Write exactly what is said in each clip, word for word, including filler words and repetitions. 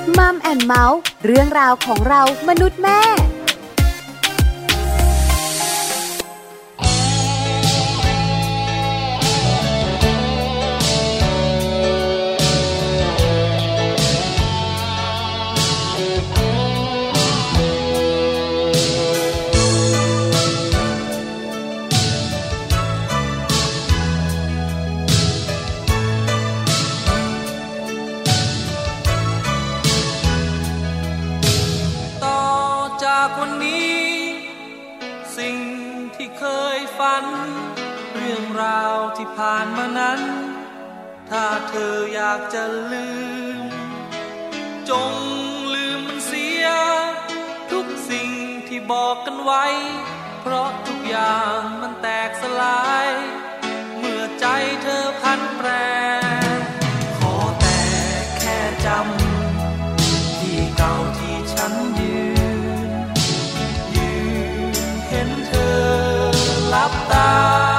มัมแอนด์เมาส์เรื่องราวของเรามนุษย์แม่เรื่องราวที่ผ่านมานั้นถ้าเธออยากจะลืมจงลืมมันเสียทุกสิ่งที่บอกกันไว้เพราะทุกอย่างมันแตกสลายเมื่อใจเธอพันแปรขอแต่แค่จำที่เก่าที่ฉันยืนยืนเห็นเธอหลับตา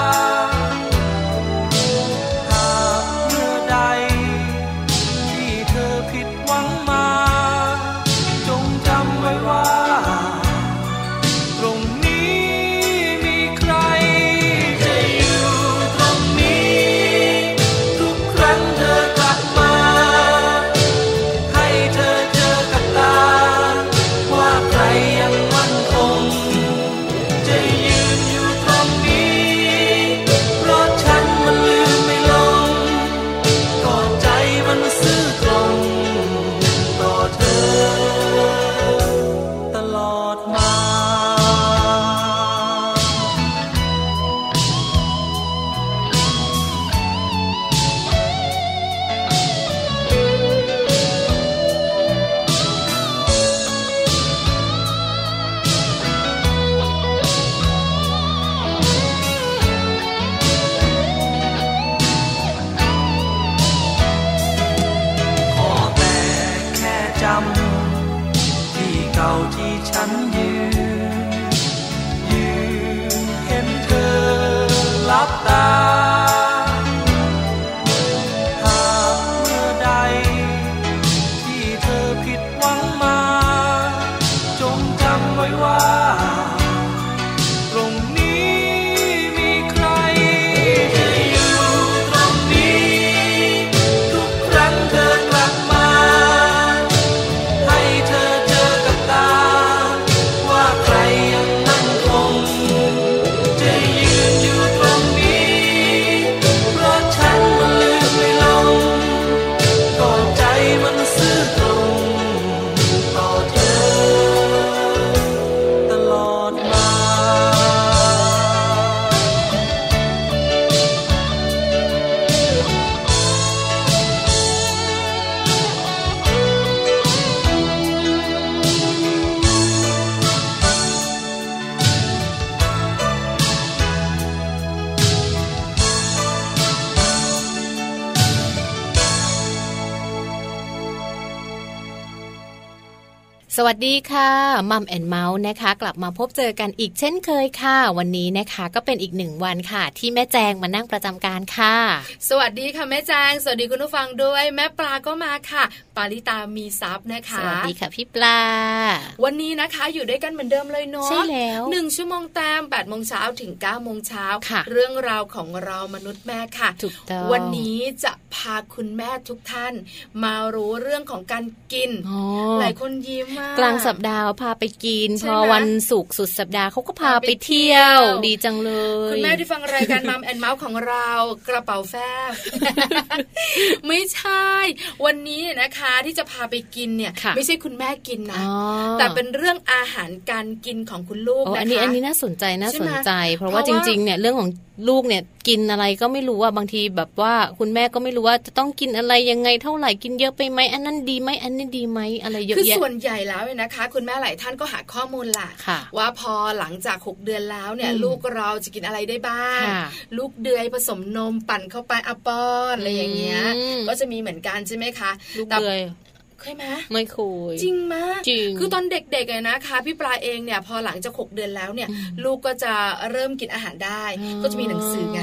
สวัสดีค่ะมัมแอนด์เมาส์นะคะกลับมาพบเจอกันอีกเช่นเคยค่ะวันนี้นะคะก็เป็นอีกหนึ่งวันค่ะที่แม่แจงมานั่งประจำการค่ะสวัสดีค่ะแม่แจงสวัสดีคุณผู้ฟังด้วยแม่ปลาก็มาค่ะปาริตามีซับนะคะสวัสดีค่ะพี่ปลาวันนี้นะคะอยู่ด้วยกันเหมือนเดิมเลยเนาะใช่แล้วหนึ่งชั่วโมงแต้มแปดโมงเช้าถึงเก้าโมงเช้าเรื่องราวของเรามนุษย์แม่ค่ะถูกต้องวันนี้จะพาคุณแม่ทุกท่านมารู้เรื่องของการกินหลายคนยิ้มมากกลางสัปดาห์พาไปกินพอวันศุกร์สุดสัปดาห์เขาก็พาไปเที่ยวดีจังเลยคุณแม่ที่ฟังรายการมัมแอนด์เมาส์ของเรากระเป๋าแฟบ ไม่ใช่วันนี้นะคะที่จะพาไปกินเนี่ยไม่ใช่คุณแม่กินนะแต่เป็นเรื่องอาหารการกินของคุณลูกนะคะอันนี้อันนี้น่าสนใจน่าสนใจเพราะว่าจริงๆเนี่ยเรื่องของลูกเนี่ยกินอะไรก็ไม่รู้ว่าบางทีแบบว่าคุณแม่ก็ไม่รู้ว่าจะต้องกินอะไรยังไงเท่าไหร่กินเยอะไปไหมอันนั้นดีไหมอันนี้ดีไหมอะไรเยอะแยะคือส่วนใหญ่แล้วนะคะคุณแม่หลายท่านก็หาข้อมูลล่ะว่าพอหลังจากหกเดือนแล้วเนี่ยลูกเราจะกินอะไรได้บ้างลูกเดือยผสมนมปั่นเข้าไปอะป้อนอะไรอย่างเงี้ยก็จะมีเหมือนกันใช่ไหมคะลูกเดือยเคยไหมไม่เคยจริงไหมจริงคือตอนเด็กๆเลยนะคะพี่ปลาเองเนี่ยพอหลังจากหกเดือนแล้วเนี่ยลูกก็จะเริ่มกินอาหารได้ก็จะมีหนังสือไง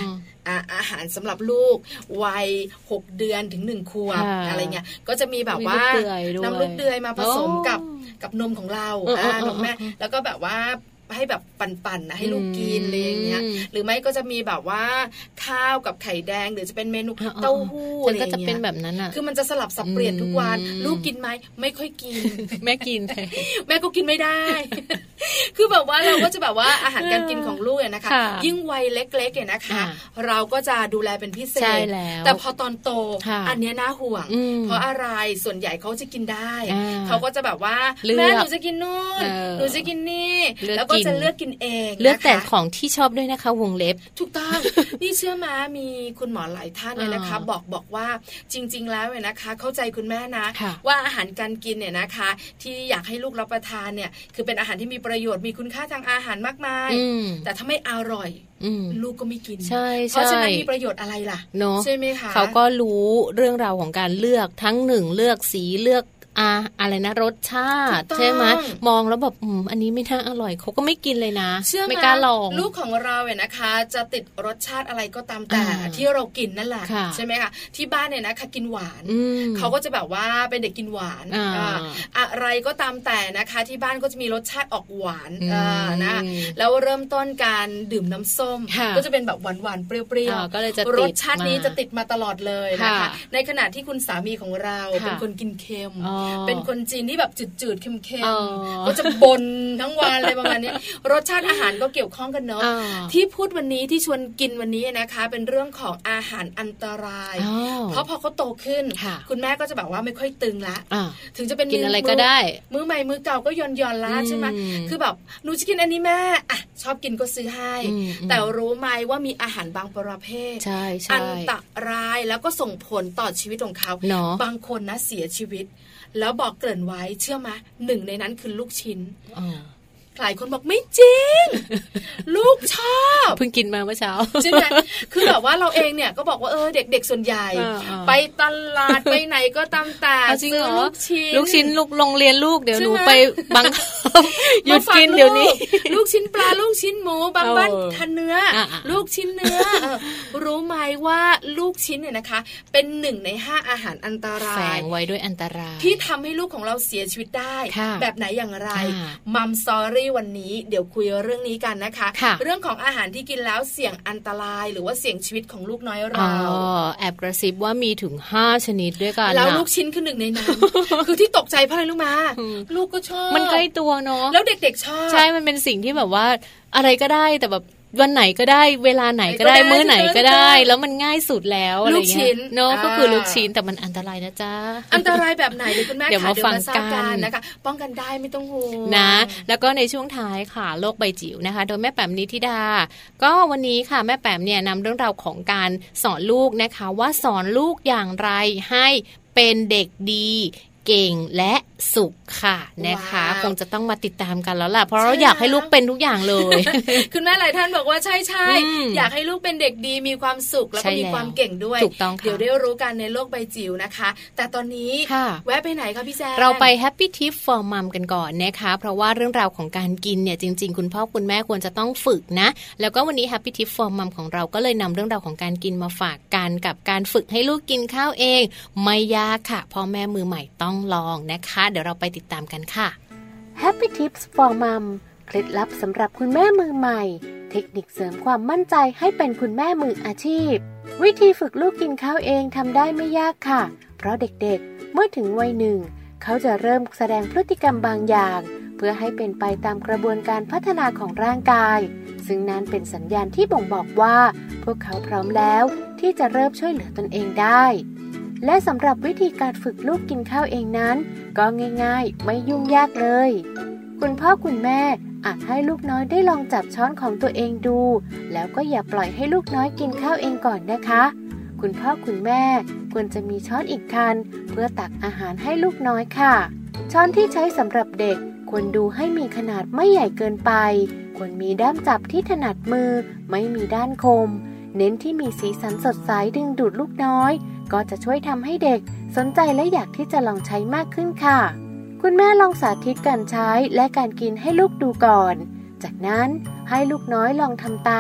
อาหารสำหรับลูกวัยหกเดือนถึงหนึ่งขวบอะไรเงี้ยก็จะมีแบบว่าน้ำลูกเดือยมาผสมกับกับนมของเรานมแม่แล้วก็แบบว่าให้แบบปั่นๆนะให้ลูกกินอะไรอย่างเงี้ยหรือไม่ก็จะมีแบบว่าข้าวกับไข่แดงหรือจะเป็นเมนูเต้าหู้อะไรอย่างเงี้ยก็จะเป็นแบบนั้นอ่ะคือมันจะสลับสับเปลี่ยนทุกวันลูกกินไหมไม่ค่อยกินแม่กินแม่ก็กินไม่ได้คือแบบว่าเราก็จะแบบว่าอาหารการกินของลูกเนี่ยนะคะยิ่งวัยเล็กๆเนี่ยนะคะเราก็จะดูแลเป็นพิเศษแต่พอตอนโตอันนี้น่าห่วงเพราะอะไรส่วนใหญ่เขาจะกินได้เขาก็จะแบบว่าแม่หนูจะกินนู่นหนูจะกินนี่แล้วก็จะเลือกกินเองเลือกแต่ของที่ชอบด้วยนะคะวงเล็บถูกต้องนี่เชื่อมามีคุณหมอหลายท่านเนี่ยนะคะบอกบอกว่าจริงๆแล้วเนี่ยนะคะเข้าใจคุณแม่นะว่าอาหารการกินเนี่ยนะคะที่อยากให้ลูกรับประทานเนี่ยคือเป็นอาหารที่มีประโยชน์มีคุณค่าทางอาหารมากมายแต่ถ้าไม่อร่อยลูกก็ไม่กินเพราะฉะนั้นมีประโยชน์อะไรล่ะใช่ไหมคะเขาก็รู้เรื่องราวของการเลือกทั้งหนึ่งเลือกสีเลือกอะอะไรนะรสชาติใช่ไหมมองแล้วแบบอืมอันนี้ไม่น่าอร่อยเขาก็ไม่กินเลยนะไม่กล้าลองลูกของเราเนี่ยนะคะจะติดรสชาติอะไรก็ตามแต่ที่เรากินนั่นแหละใช่ไหมคะที่บ้านเนี่ยนะคะกินหวานเขาก็จะแบบว่าเป็นเด็กกินหวานอะไรก็ตามแต่นะคะที่บ้านก็จะมีรสชาติออกหวานนะแล้วเริ่มต้นการดื่มน้ำส้มก็จะเป็นแบบหวานๆเปรี้ยวๆรสชาตินี้จะติดมาตลอดเลยนะคะในขณะที่คุณสามีของเราเป็นคนกินเค็มเป็นคนจีนที่แบบจืดๆเค็มๆก็จะบ่นทั้งวันอะไรประมาณนี้รสชาติอาหารก็เกี่ยวข้องกันเนาะที่พูดวันนี้ที่ชวนกินวันนี้นะคะเป็นเรื่องของอาหารอันตรายเพราะพอเขาโตขึ้นคุณแม่ก็จะแบบว่าไม่ค่อยตึงละถึงจะเป็นกินอะไรก็ได้มื้อใหม่มื้อเก่าก็ย่อนย่อนละใช่ไหมคือแบบหนูจะกินอันนี้แม่อ่ะชอบกินก็ซื้อให้แต่รู้ไหมว่ามีอาหารบางประเภทอันตรายแล้วก็ส่งผลต่อชีวิตของเขาบางคนนะเสียชีวิตแล้วบอกเกริ่นไว้เชื่อไหมหนึ่งในนั้นคือลูกชิ้นหลายคนบอกไม่จริง ลูกชอบเพิ่งกินมาเมื่อเช้าใช่ไหมคือแบบว่าเราเองเนี่ยก็บอกว่าเออเด็กๆส่วนใหญ่ไปตลาดไปไหนก็ตามแต่ซื้อลูกชิ้นลูกชิ้นลูกโรงเรียนลูกเดี๋ยวหนูไปบังหยุดกินเดี๋ยวนี้ลูกชิ้นปลาลูกชิ้นหมูบางบ้านทานเนื้อลูกชิ้นเนื้อรู้ไหมว่าลูกชิ้นเนี่ยนะคะเป็นหนึ่งในห้าอาหารอันตรายแฝงไว้ด้วยอันตรายที่ทำให้ลูกของเราเสียชีวิตได้แบบไหนอย่างไรมัมซอรี่วันนี้เดี๋ยวคุยเรื่องนี้กันนะคะเรื่องของอาหารที่กินแล้วเสี่ยงอันตรายหรือว่าเสี่ยงชีวิตของลูกน้อยเราแอบกระซิบว่ามีถึงห้าชนิดด้วยกันแล้วลูกชิ้นคือหนึ่งในนั้นคือที่ตกใจเพราะอะไรรู้มาลูกก็ชอบมันใกล้ตัวเนาะแล้วเด็กๆชอบใช่มันเป็นสิ่งที่แบบว่าอะไรก็ได้แต่แบบวันไหนก็ได้เวลาไหนก็ได้มื้อไหนก็ได้แล้วมันง่ายสุดแล้วอะไรเงี้ยเนาะก็คือลูกชิ้นแต่มันอันตรายนะจ๊ะอันตรายแบบไหนเดี๋ยวคุณแม่เดี๋ยวมาฟังกันนะคะป้องกันได้ไม่ต้องห่วงนะแล้วก็ในช่วงท้ายค่ะโลกใบจิ๋วนะคะโดยแม่แป๋มนิธิดาก็วันนี้ค่ะแม่แป๋มเนี่ยนำเรื่องราวของการสอนลูกนะคะว่าสอนลูกอย่างไรให้เป็นเด็กดีเก่งและสุขค่ะนะคะคงจะต้องมาติดตามกันแล้วล่ะเพราะเราอยากให้ลูกเป็นทุกอย่างเลยคุณแม่หลายท่านบอกว่าใช่ใช่อยากให้ลูกเป็นเด็กดีมีความสุขแล้วก็มีความเก่งด้วยเดี๋ยวได้รู้กันในโลกใบจิ๋วนะคะแต่ตอนนี้แวะไปไหนคะพี่แซมเราไป Happy Tip for Mom กันก่อนนะคะเพราะว่าเรื่องราวของการกินเนี่ยจริงๆคุณพ่อคุณแม่ควรจะต้องฝึกนะแล้วก็วันนี้ Happy Tip for Mom ของเราก็เลยนำเรื่องราวของการกินมาฝากกันกับการฝึกให้ลูกกินข้าวเองไม่ยากค่ะพ่อแม่มือใหม่ต้องลองนะคะเดี๋ยวเราไปติดตามกันค่ะ Happy Tips for Mom เคล็ดลับสำหรับคุณแม่มือใหม่เทคนิคเสริมความมั่นใจให้เป็นคุณแม่มืออาชีพวิธีฝึกลูกกินข้าวเองทำได้ไม่ยากค่ะเพราะเด็กๆเมื่อถึงวัยหนึ่งเขาจะเริ่มแสดงพฤติกรรมบางอย่างเพื่อให้เป็นไปตามกระบวนการพัฒนาของร่างกายซึ่งนั้นเป็นสัญญาณที่บ่งบอกว่าพวกเขาพร้อมแล้วที่จะเริ่มช่วยเหลือตนเองได้และสำหรับวิธีการฝึกลูกกินข้าวเองนั้นก็ง่ายๆไม่ยุ่งยากเลยคุณพ่อคุณแม่อาจให้ลูกน้อยได้ลองจับช้อนของตัวเองดูแล้วก็อย่าปล่อยให้ลูกน้อยกินข้าวเองก่อนนะคะคุณพ่อคุณแม่ควรจะมีช้อนอีกคันเพื่อตักอาหารให้ลูกน้อยค่ะช้อนที่ใช้สำหรับเด็กควรดูให้มีขนาดไม่ใหญ่เกินไปควรมีด้ามจับที่ถนัดมือไม่มีด้านคมเน้นที่มีสีสันสดใสดึงดูดลูกน้อยก็จะช่วยทำให้เด็กสนใจและอยากที่จะลองใช้มากขึ้นค่ะคุณแม่ลองสาธิตการใช้และการกินให้ลูกดูก่อนจากนั้นให้ลูกน้อยลองทำตาม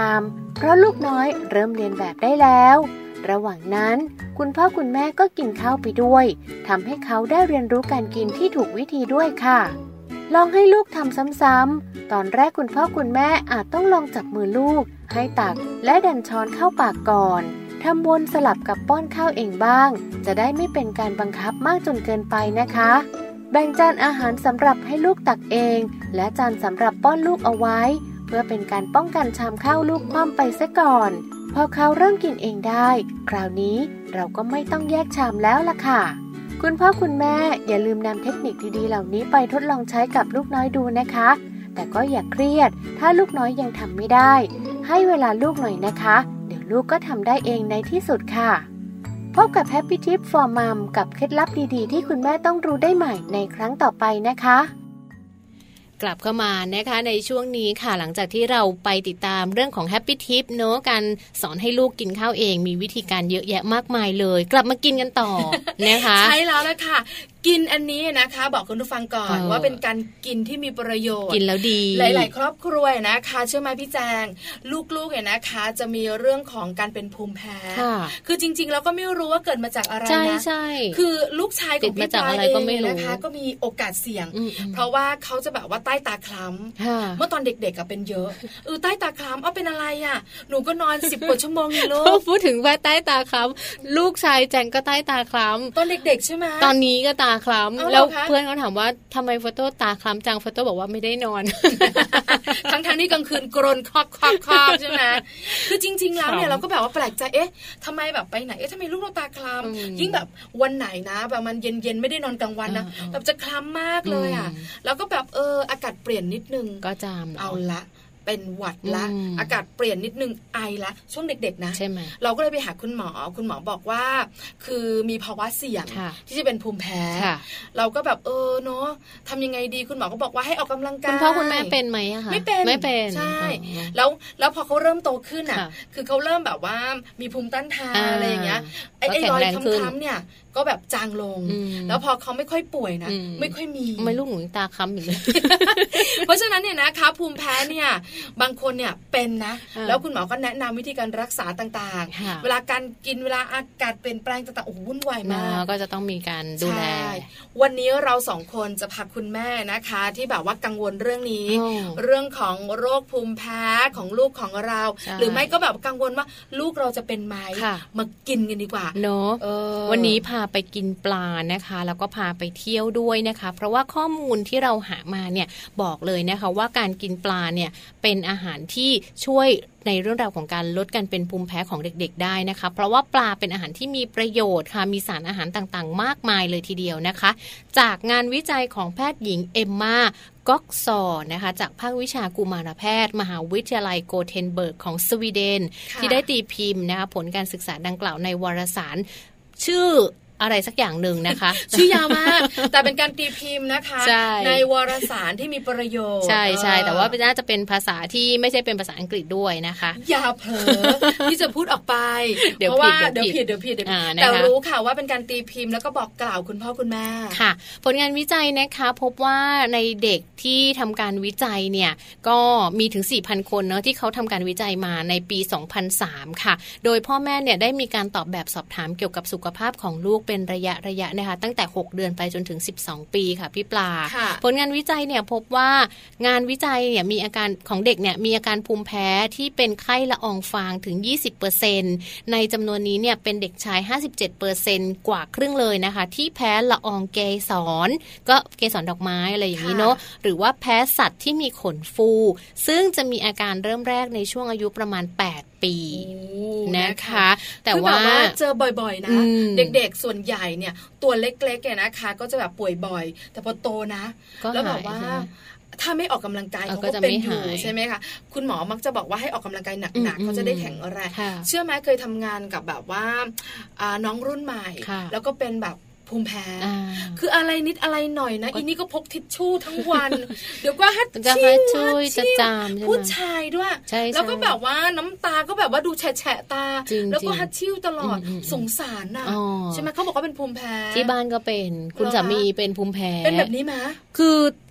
เพราะลูกน้อยเริ่มเรียนแบบได้แล้วระหว่างนั้นคุณพ่อคุณแม่ก็กินข้าวไปด้วยทำให้เขาได้เรียนรู้การกินที่ถูกวิธีด้วยค่ะลองให้ลูกทำซ้ำๆตอนแรกคุณพ่อคุณแม่อาจต้องลองจับมือลูกให้ตักและดันช้อนเข้าปากก่อนทำวนสลับกับป้อนข้าวเองบ้างจะได้ไม่เป็นการบังคับมากจนเกินไปนะคะแบ่งจานอาหารสำหรับให้ลูกตักเองและจานสำหรับป้อนลูกเอาไว้เพื่อเป็นการป้องกันชามข้าวลูกคว่ำไปซะก่อนพอเขาเริ่มกินเองได้คราวนี้เราก็ไม่ต้องแยกชามแล้วล่ะค่ะคุณพ่อคุณแม่อย่าลืมนำเทคนิคดีๆเหล่านี้ไปทดลองใช้กับลูกน้อยดูนะคะแต่ก็อย่าเครียดถ้าลูกน้อยยังทำไม่ได้ให้เวลาลูกหน่อยนะคะเดี๋ยวลูกก็ทำได้เองในที่สุดค่ะพบกับ Happy Tip for Mom กับเคล็ดลับดีๆที่คุณแม่ต้องรู้ได้ใหม่ในครั้งต่อไปนะคะกลับเข้ามานะคะในช่วงนี้ค่ะหลังจากที่เราไปติดตามเรื่องของ Happy Tip เนอะการสอนให้ลูกกินข้าวเองมีวิธีการเยอะแยะมากมายเลยกลับมากินกันต่อ นะคะใช่แล้วละค่ะกินอันนี้นะคะบอกคุณผู้ฟังก่อนว่าเป็นการกินที่มีประโยชน์กินแล้วดีหลายๆครอบครัวนะคะเชื่อไหมพี่แจงลูกๆเนี่ยนะคะจะมีเรื่องของการเป็นภูมิแพ้คือจริงๆแล้วก็ไม่รู้ว่าเกิดมาจากอะไรนะใช่คือลูกชายของพี่ปลาเองนะคะก็มีโอกาสเสี่ยงเพราะว่าเขาจะแบบว่าใต้ตาคล้ำเมื่อตอนเด็กๆเป็นเยอะเออใต้ตาคล้ำเอาเป็นอะไรอ่ะหนูก็นอนสิบกว่าชั่วโมงนี่ลูกพูดถึงว่าใต้ตาคล้ำลูกชายแจงก็ใต้ตาคล้ำตอนเด็กๆใช่ไหมตอนนี้ก็ตาคล้ำแล้วเพื่อนเขาถามว่าทำไมโฟโต้ตาคล้ำจังโฟโต้บอกว่าไม่ได้นอนทั้งๆที่กลางคืนกรนคอกคอกคอกใช่ไหมคือจริงๆแล้วเนี่ยเราก็แบบว่าแปลกใจเอ๊ะทำไมแบบไปไหนเอ๊ะทำไมลูกเราตาคล้ำยิ่งแบบวันไหนนะแบบมันเย็นๆไม่ได้นอนกลางวันนะแบบจะคล้ำมากเลยอ่ะแล้วก็แบบเอออากาศเปลี่ยนนิดนึงก็จามเอาละเป็นหวัดละอากาศเปลี่ยนนิดนึงไอละช่วงเด็กๆนะใช่ไหมเราก็เลยไปหาคุณหมอคุณหมอบอกว่าคือมีภาวะเสี่ยงที่จะเป็นภูมิแพ้เราก็แบบเออเนาะทำยังไงดีคุณหมอก็บอกว่าให้ออกกำลังกายคุณพ่อคุณแม่เป็นไหมอะคะไม่เป็นไม่เป็นใช่แล้วแล้วพอเขาเริ่มโตขึ้นอ่ะคือเขาเริ่มแบบว่ามีภูมิต้านทานอะไรอย่างเงี้ยไอ้ไอ้รอยค้ำๆเนี่ยก็แบบจางลงแล้วพอเขาไม่ค่อยป่วยนะไม่ค่อยมีไม่ลูกหนูตาค้ำอยู่เลยเพราะฉะนั้นเนี่ยนะคะภูมิแพ้เนี่ยบางคนเนี่ยเป็นนะแล้วคุณหมอก็แนะนำวิธีการรักษาต่างๆเวลาการกินเวลาอากาศเปลี่ยนแปลงต่างๆโอ้โหวุ่นวายมากก็จะต้องมีการดูแลวันนี้เราสองคนจะพาคุณแม่นะคะที่แบบว่ากังวลเรื่องนี้เรื่องของโรคภูมิแพ้ของลูกของเราหรือไม่ก็แบบกังวลว่าลูกเราจะเป็นไหมมากินกันดีกว่าเนาะวันนี้พาไปกินปลานะคะแล้วก็พาไปเที่ยวด้วยนะคะเพราะว่าข้อมูลที่เราหามาเนี่ยบอกเลยนะคะว่าการกินปลาเนี่ยเป็นอาหารที่ช่วยในเรื่องราวของการลดการเป็นภูมิแพ้ของเด็กๆได้นะคะเพราะว่าปลาเป็นอาหารที่มีประโยชน์ค่ะมีสารอาหารต่างๆมากมายเลยทีเดียวนะคะจากงานวิจัยของแพทย์หญิงเอมม่าก็อกซอนะคะจากภาควิชากุมารแพทย์มหาวิทยาลัยโกเทนเบิร์กของสวีเดนที่ได้ตีพิมพ์นะคะผลการศึกษาดังกล่าวในวารสารชื่ออะไรสักอย่างหนึ่งนะคะชื่อยาวมากแต่เป็นการตีพิมพ์นะคะในวารสารที่มีประโยชน์ใช่ใช่แต่ว่าน่าจะเป็นภาษาที่ไม่ใช่เป็นภาษาอังกฤษด้วยนะคะอย่าเผลอที่จะพูดออกไปเพราะว่าเดี๋ยวผิดเดี๋ยวผิดแต่รู้ค่ะว่าเป็นการตีพิมพ์แล้วก็บอกกล่าวคุณพ่อคุณแม่ค่ะผลงานวิจัยนะคะพบว่าในเด็กที่ทำการวิจัยเนี่ยก็มีถึง สี่พัน คนเนาะที่เขาทำการวิจัยมาในปีสองพันสามค่ะโดยพ่อแม่เนี่ยได้มีการตอบแบบสอบถามเกี่ยวกับสุขภาพของลูกเป็นระยะระยะนะคะตั้งแต่หกเดือนไปจนถึงสิบสองปีค่ะพี่ปลาผลงานวิจัยเนี่ยพบว่างานวิจัยเนี่ยมีอาการของเด็กเนี่ยมีอาการภูมิแพ้ที่เป็นไข้ละอองฟางถึง ยี่สิบเปอร์เซ็นต์ ในจำนวนนี้เนี่ยเป็นเด็กชาย ห้าสิบเจ็ดเปอร์เซ็นต์ กว่าครึ่งเลยนะคะที่แพ้ละอองเกสรก็เกสรดอกไม้อะไรอย่างนี้เนาะหรือว่าแพ้สัตว์ที่มีขนฟูซึ่งจะมีอาการเริ่มแรกในช่วงอายุประมาณแปดปีนะคะแต่ว่าเจอบ่อยๆนะเด็กๆส่วนใหญ่เนี่ยตัวเล็กๆเนี่ยนะคะก็จะแบบป่วยบ่อยแต่พอโตนะแล้วแบบว่าถ้าไม่ออกกำลังกายเขาก็เป็นอยู่ใช่ไหมคะคุณหมอมักจะบอกว่าให้ออกกำลังกายหนักๆเขาจะได้แข็งแรงเชื่อไหมเคยทำงานกับแบบว่าน้องรุ่นใหม่แล้วก็เป็นแบบภูมิแพ้คืออะไรนิดอะไรหน่อยนะอีนี่ก็พกทิชชู่ทั้งวันเดี๋ยวก็ฮัดชิ่วจะจามผู้ชายด้วยแล้วก็แบบว่าน้ำตาก็แบบว่าดูแฉะตาแล้วก็ฮัดชิ่วตลอดสงสารน่ะใช่ไหมเขาบอกว่าเป็นภูมิแพ้ที่บ้านก็เป็นคุณสามีเป็นภูมิแพ้เป็นแบบนี้ไหมคือ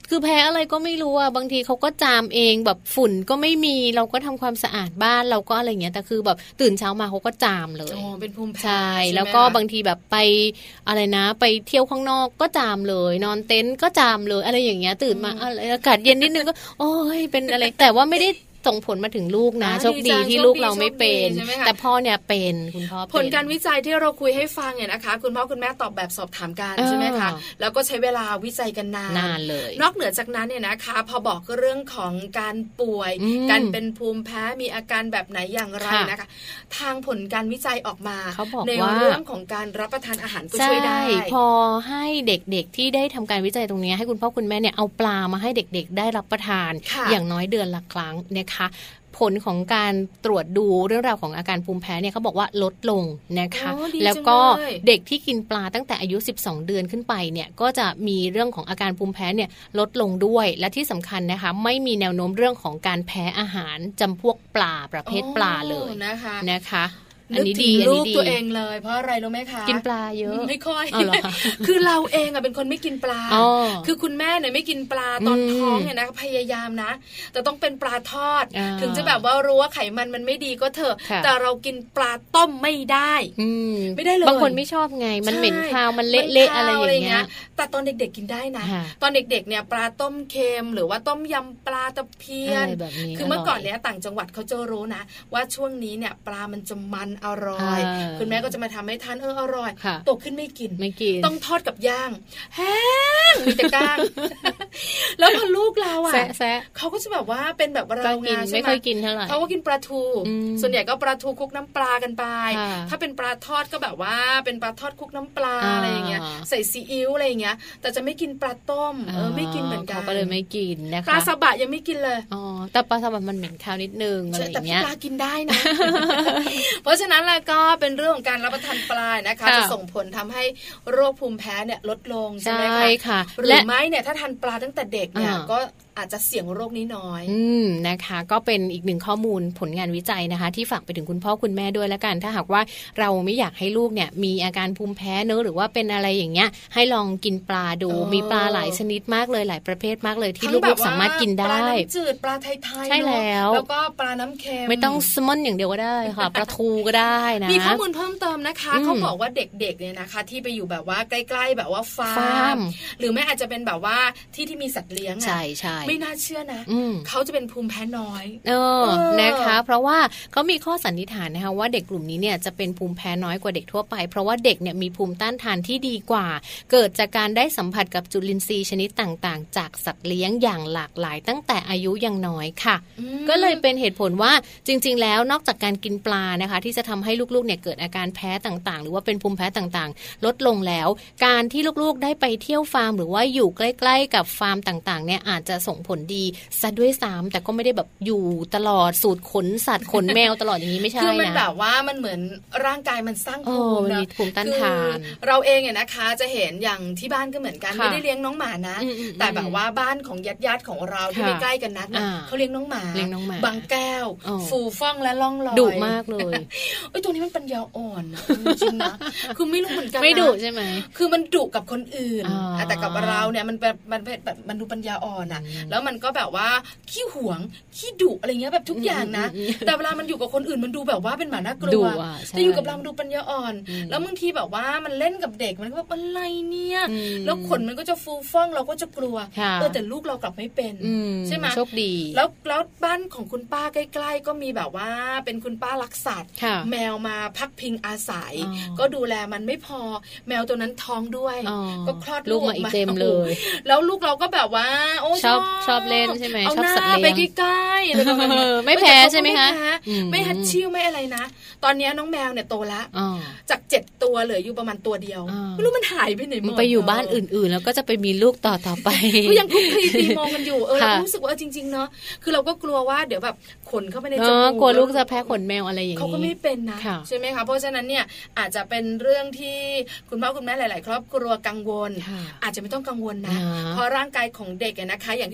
คือแพ้อะไรก็ไม่รู้อ่ะบางทีเขาก็จามเองแบบฝุ่นก็ไม่มีเราก็ทำความสะอาดบ้านเราก็อะไรเงี้ยแต่คือแบบตื่นเช้ามาเขาก็จามเลยอ๋อเป็นภูมิแพ้ใช่แล้วก็บางทีแบบไปอะไรนะไปเที่ยวข้างนอกก็จามเลยนอนเต็นท์ก็จามเลยอะไรอย่างเงี้ยตื่นมาอากาศเย็นนิดนึงก็โอ้ยเป็นอะไรแต่ว่าไม่ได้ส่งผลมาถึงลูกนะโชคดีที่ลูกเราไม่เป็นแต่พ่อเนี่ยเป็นคุณพ่อผลการวิจัยที่เราคุยให้ฟังเนี่ยนะคะคุณพ่อคุณแม่ตอบแบบสอบถามกันใช่ไหมคะแล้วก็ใช้เวลาวิจัยกันนานนานเลยนอกเหนือจากนั้นเนี่ยนะคะพอบอกเรื่องของการป่วยการเป็นภูมิแพ้มีอาการแบบไหนอย่างไรนะคะทางผลการวิจัยออกมาในเรื่องของการรับประทานอาหารก็ช่วยได้พอให้เด็กๆที่ได้ทำการวิจัยตรงนี้ให้คุณพ่อคุณแม่เนี่ยเอาปลามาให้เด็กๆได้รับประทานอย่างน้อยเดือนละครั้งเนี่ยผลของการตรวจดูเรื่องราวของอาการภูมิแพ้เนี่ยเขาบอกว่าลดลงนะคะแล้วก็เด็กที่กินปลาตั้งแต่อายุสิบสองเดือนขึ้นไปเนี่ยก็จะมีเรื่องของอาการภูมิแพ้เนี่ยลดลงด้วยและที่สำคัญนะคะไม่มีแนวโน้มเรื่องของการแพ้อาหารจำพวกปลาประเภทปลาเลยนะคะนะคะอันนี้ดีลูกตัวเองเลยเพราะอะไรรู้ไหมคะกินปลาเยอะไม่ค่อยคือเราเองอ่ะเป็นคนไม่กินปลาคือคุณแม่เนี่ยไม่กินปลาตอนท้องเนี่ยนะพยายามนะแต่ต้องเป็นปลาทอดถึงจะแบบว่ารู้ว่าไขมันมันไม่ดีก็เถอะแต่เรากินปลาต้มไม่ได้ไม่ได้เลยบางคนไม่ชอบไงมันเหม็นคาวมันเละๆอะไรอย่างเงี้ยแต่ตอนเด็กๆกินได้นะตอนเด็กๆเนี่ยปลาต้มเค็มหรือว่าต้มยำปลาตะเพียนคือเมื่อก่อนเนี่ยต่างจังหวัดเขาจะรู้นะว่าช่วงนี้เนี่ยปลามันจะมันอร่อยคุณแม่ก็จะมาทำให้ทานเอออร่อยโตขึ้นไม่กินไม่กินต้องทอดกับย่างแห้งมีแต่ก้างแล้วพอลูกเราอ่ะเขาก็จะแบบว่าเป็นแบบเราไงใช่ไหมไม่ค่อยกินเท่าไหร่เขาก็กินปลาทูส่วนใหญ่ก็ปลาทูคลุกน้ำปลากันไปถ้าเป็นปลาทอดก็แบบว่าเป็นปลาทอดคลุกน้ำปลาอะไรอย่างเงี้ยใส่ซีอิ๊วอะไรอย่างเงี้ยแต่จะไม่กินปลาต้มเออไม่กินเหมือนกันเขาก็เลยไม่กินนะคะปลาซาบะยังไม่กินเลยอ๋อแต่ปลาซาบะมันเหม็นคาวนิดนึงอะไรอย่างเงี้ยแต่ปลากินได้นะเพราะฉะนั้นแล้วก็เป็นเรื่องของการรับประทานปลานะคะจะส่งผลทำให้โรคภูมิแพ้เนี่ยลดลงใช่ไหมคะหรือไม่เนี่ยถ้าทานปลาตั้งแต่เด็กเนี่ยก็อาจจะเสี่ยงโรคนี้น้อยอืมนะคะก็เป็นอีกหนึ่งข้อมูลผลงานวิจัยนะคะที่ฝากไปถึงคุณพ่อคุณแม่ด้วยแล้วกันถ้าหากว่าเราไม่อยากให้ลูกเนี่ยมีอาการภูมิแพ้เนอะหรือว่าเป็นอะไรอย่างเงี้ยให้ลองกินปลาดูมีปลาหลายชนิดมากเลยหลายประเภทมากเลยที่ลูกๆสามารถกินได้ปลาน้ำจืดปลาไทยๆใช่แล้วแล้วก็ปลาน้ำเค็มไม่ต้องแซลมอนอย่างเดียวก็ได้ค่ะปลาทูก็ได้นะมีข้อมูลเพิ่มเติมนะคะเขาบอกว่าเด็กๆเนี่ยนะคะที่ไปอยู่แบบว่าใกล้ๆแบบว่าฟาร์มหรือไม่อาจจะเป็นแบบว่าที่ที่มีสัตว์เลี้ยงใช่ใช่ไม่น่าเชื่อนะเขาจะเป็นภูมิแพ้น้อยเออนะคะเพราะว่าเขามีข้อสันนิษฐานนะคะว่าเด็กกลุ่มนี้เนี่ยจะเป็นภูมิแพ้น้อยกว่าเด็กทั่วไปเพราะว่าเด็กเนี่ยมีภูมิต้านทานที่ดีกว่าเกิดจากการได้สัมผัสกับจุลินทรีย์ชนิดต่างๆจากสัตว์เลี้ยงอย่างหลากหลายตั้งแต่อายุยังน้อยค่ะก็เลยเป็นเหตุผลว่าจริงๆแล้วนอกจากการกินปลานะคะที่จะทำให้ลูกๆเนี่ยเกิดอาการแพ้ต่างๆหรือว่าเป็นภูมิแพ้ต่างๆลดลงแล้วการที่ลูกๆได้ไปเที่ยวฟาร์มหรือว่าอยู่ใกล้ๆกับฟาร์มต่างๆเนี่ยอาจจะส่งผลดีซะด้วยซ้ำแต่ก็ไม่ได้แบบอยู่ตลอดสูตรขนสัตว์ขนแมวตลอดอย่างนี้ไม่ใช่นะคือมันแบบว่ามันเหมือนร่างกายมันสร้างภูมินะภูมิต้านทานเราเองเนี่ยนะคะจะเห็นอย่างที่บ้านก็เหมือนกันไม่ได้เลี้ยงน้องหมานะแต่แบบว่าบ้านของญาติๆของเราที่ไม่ใกล้กันนักเขาเลี้ยงน้องหมาบางแก้วฟูฟ่องและล่องลอยดุมากเลยไอ้ตัวนี้มันปัญญาอ่อนจริงนะคือไม่รู้เหมือนกันไม่ดุใช่ไหมคือมันดุกับคนอื่นแต่กับเราเนี่ยมันแบบมันแบบมันดูปัญญาอ่อนอ่ะแล้วมันก็แบบว่าขี้หวงขี้ดุอะไรเงี้ยแบบทุกอย่างนะแต่เวลามันอยู่กับคนอื่นมันดูแบบว่าเป็นหมาน่ากลัวแต่อยู่กับเรามันดูปัญญาอ่อนแล้วบางทีแบบว่ามันเล่นกับเด็กมันก็แบบอะไรเนี่ยแล้วขนมันก็จะฟูฟ่องเราก็จะกลัวเออแต่ลูกเรากลับไม่เป็นใช่ไหมโชคดีแล้วแล้วบ้านของคุณป้าใกล้ๆก็มีแบบว่าเป็นคุณป้ารักสัตว์แมวมาพักพิงอาศัยก็ดูแลมันไม่พอแมวตัวนั้นท้องด้วยก็คลอดลูกมาอีกเต็มเลยแล้วลูกเราก็แบบว่าโอ้ชอบชอบเล่นใช่ไหมชอบสัตว์เลี้ยงไปใกล้ๆอะไรประมาณนี้ไม่แพ้ใช่ไหมคะไม่ฮัดชิ่วไม่อะไรนะตอนนี้น้องแมวเนี่ยโตละจากเจ็ดตัวเหลืออยู่ประมาณตัวเดียวไม่รู้มันหายไปไหนหมดไปอยู่บ้านอื่นๆแล้วก็จะไปมีลูกต่อต่อไปก็ยังคุกคีตีมองกันอยู่เออรู้สึกว่าจริงๆเนาะคือเราก็กลัวว่าเดี๋ยวแบบขนเข้าไปในจมูกกลัวลูกจะแพ้ขนแมวอะไรอย่างนี้เขาก็ไม่เป็นนะใช่ไหมคะเพราะฉะนั้นเนี่ยอาจจะเป็นเรื่องที่คุณพ่อคุณแม่หลายๆครอบครัวกังวลอาจจะไม่ต้องกังวลนะเพราะร่างกายของเด็กนะคะอย่างที่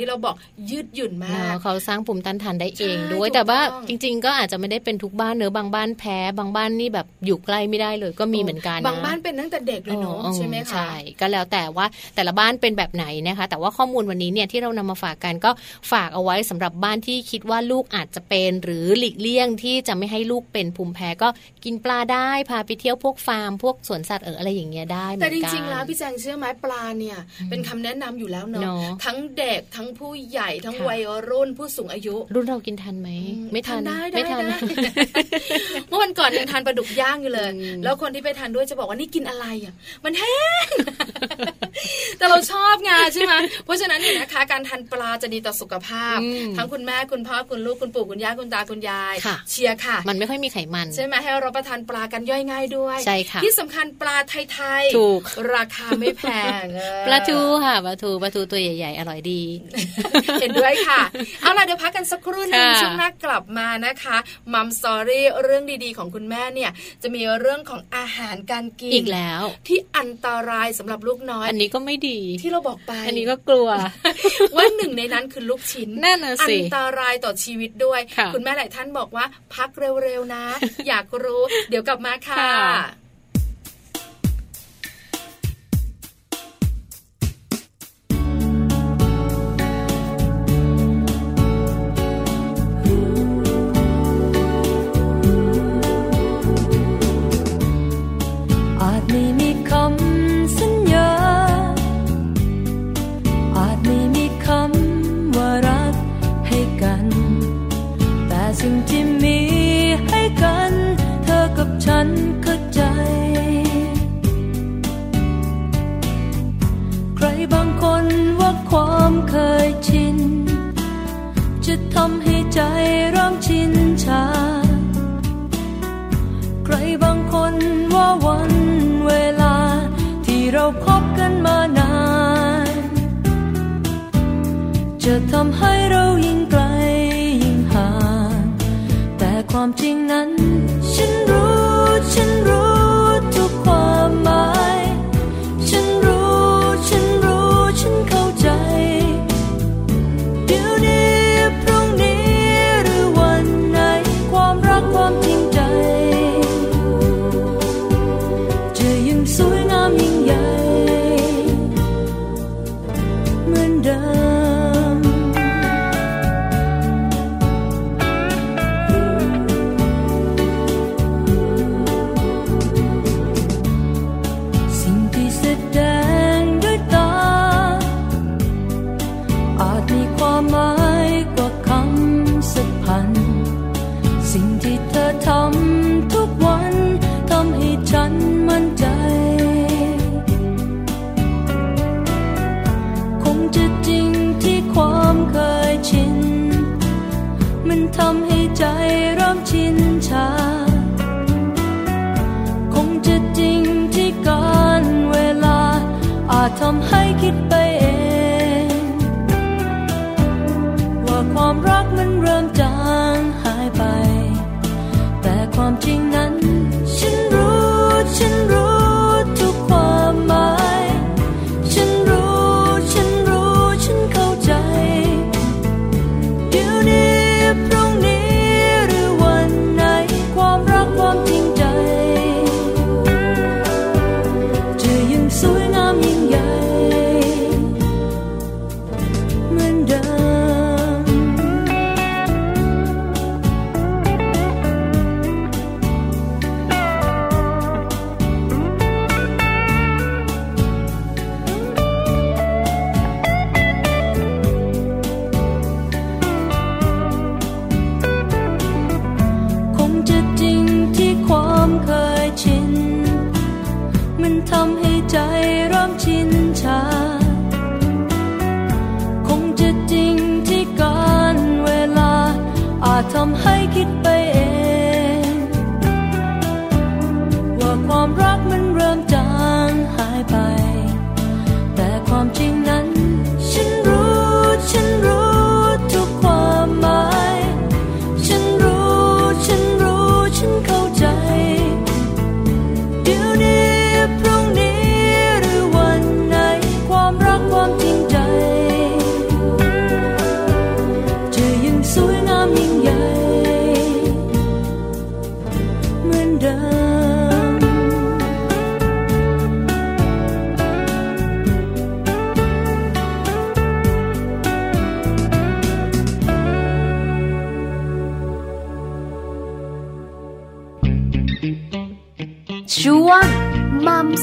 ที่เราบอกยืดหยุ่นมากเขาสร้างภูมิต้านทานได้เองด้วยแต่ว่าจริงๆก็อาจจะไม่ได้เป็นทุกบ้านเนอะบางบ้านแพ้บางบ้านนี่แบบอยู่ใกล้ไม่ได้เลยก็มีเหมือนกันนะบางบ้านเป็นตั้งแต่เด็กเลยเนาะใช่ไหมคะใช่ก็แล้วแต่ว่าแต่ละบ้านเป็นแบบไหนนะคะแต่ว่าข้อมูลวันนี้เนี่ยที่เรานำมาฝากกันก็ฝากเอาไว้สำหรับบ้านที่คิดว่าลูกอาจจะเป็นหรือหลีกเลี่ยงที่จะไม่ให้ลูกเป็นภูมิแพ้ก็กินปลาได้พาไปเที่ยวพวกฟาร์มพวกสวนสัตว์เอออะไรอย่างเงี้ยได้เหมือนกันแต่จริงๆแล้วพี่แจงเชื่อไหมปลาเนี่ยเป็นคำแนะนำอยู่แล้วเนาะทั้งเด็กทั้งผู้ใหญ่ทั้งวัยรุ่นผู้สูงอายุรุ่นเรากินทันไหมไม่ทันไม่ทันเมื่อวันก่อนยังทานปลาดุกย่างอยู่เลยแล้วคนที่ไปทานด้วยจะบอกว่านี่กินอะไรอ่ะมันแห้งแต่เราชอบไงใช่ไหมเพราะฉะนั้นเนี่ยนะคะการทานปลาจะดีต่อสุขภาพทั้งคุณแม่คุณพ่อคุณลูกคุณปู่คุณย่าคุณตาคุณยายเชียร์ค่ะมันไม่ค่อยมีไขมันใช่ไหมให้เราประทานปลากันย่อยง่ายด้วยใช่ค่ะที่สำคัญปลาไทยถูกราคาไม่แพงปลาทูค่ะปลาทูปลาทูตัวใหญ่ๆอร่อยดีเห็นด้วยค่ะเอาล่ะเดี๋ยวพักกันสักครู่นึงช่วงหน้ากลับมานะคะมัมสตอรี่เรื่องดีๆของคุณแม่เนี่ยจะมีเรื่องของอาหารการกินอีกแล้วที่อันตรายสำหรับลูกน้อยอันนี้ก็ไม่ดีที่เราบอกไปอันนี้ก็กลัวว่าหนึ่งในนั้นคือลูกชิ้นนั่นน่ะสิอันตรายต่อชีวิตด้วยคุณแม่หลายท่านบอกว่าพักเร็วๆนะอยากรู้เดี๋ยวกลับมาค่ะสิ่งที่มีให้กันเธอกับฉันเข้าใจใครบางคนว่าความเคยชินจะทำให้ใจเริ่มชินชาใครบางคนว่าวันเวลาที่เราคบกันมานานจะทำให้เรายิ่งไกลความจริงนั้นฉันรู้ฉันรู้ทุกความหมายฉันรู้ฉันรู้ฉันเข้าใจเดี๋ยวนี้พรุ่งนี้หรือวันไหนความรักความจริงใจจะยังสวยงามยิ่งใหญ่เหมือนเดิมทำทุกวันทำให้ฉันมั่นใจคงจะจริงที่ความเคยชินมันทำให้ใจเริ่มชินชาคงจะจริงที่การเวลาอาจทำให้คิดไปเองว่าความรักมันเริ่มจางหายไปแต่ความจริงนั้นฉันรู้ฉันรู้ทุกความหมายฉันรู้ฉันรู้ฉันเข้าใจเดี๋ยวนี้พรุ่งนี้หรือวันไหนความรักความจริงใจจะยังสวยงามยิ่งใหญ่เหมือนเดิมทำให้ใจเริ่มชินชาคงจะจริงที่การเวลาอาจทำให้คิดไปเองว่าความรักมันเริ่มจางหายไปแต่ความจริงนั้นฉันรู้ฉันรู้ทุกความหมายฉันรู้ฉันรู้ฉันเข้าใจเดี๋ยวนี้พรุ่งนี้หรือวันไหนความรักความจริงใจ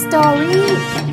Story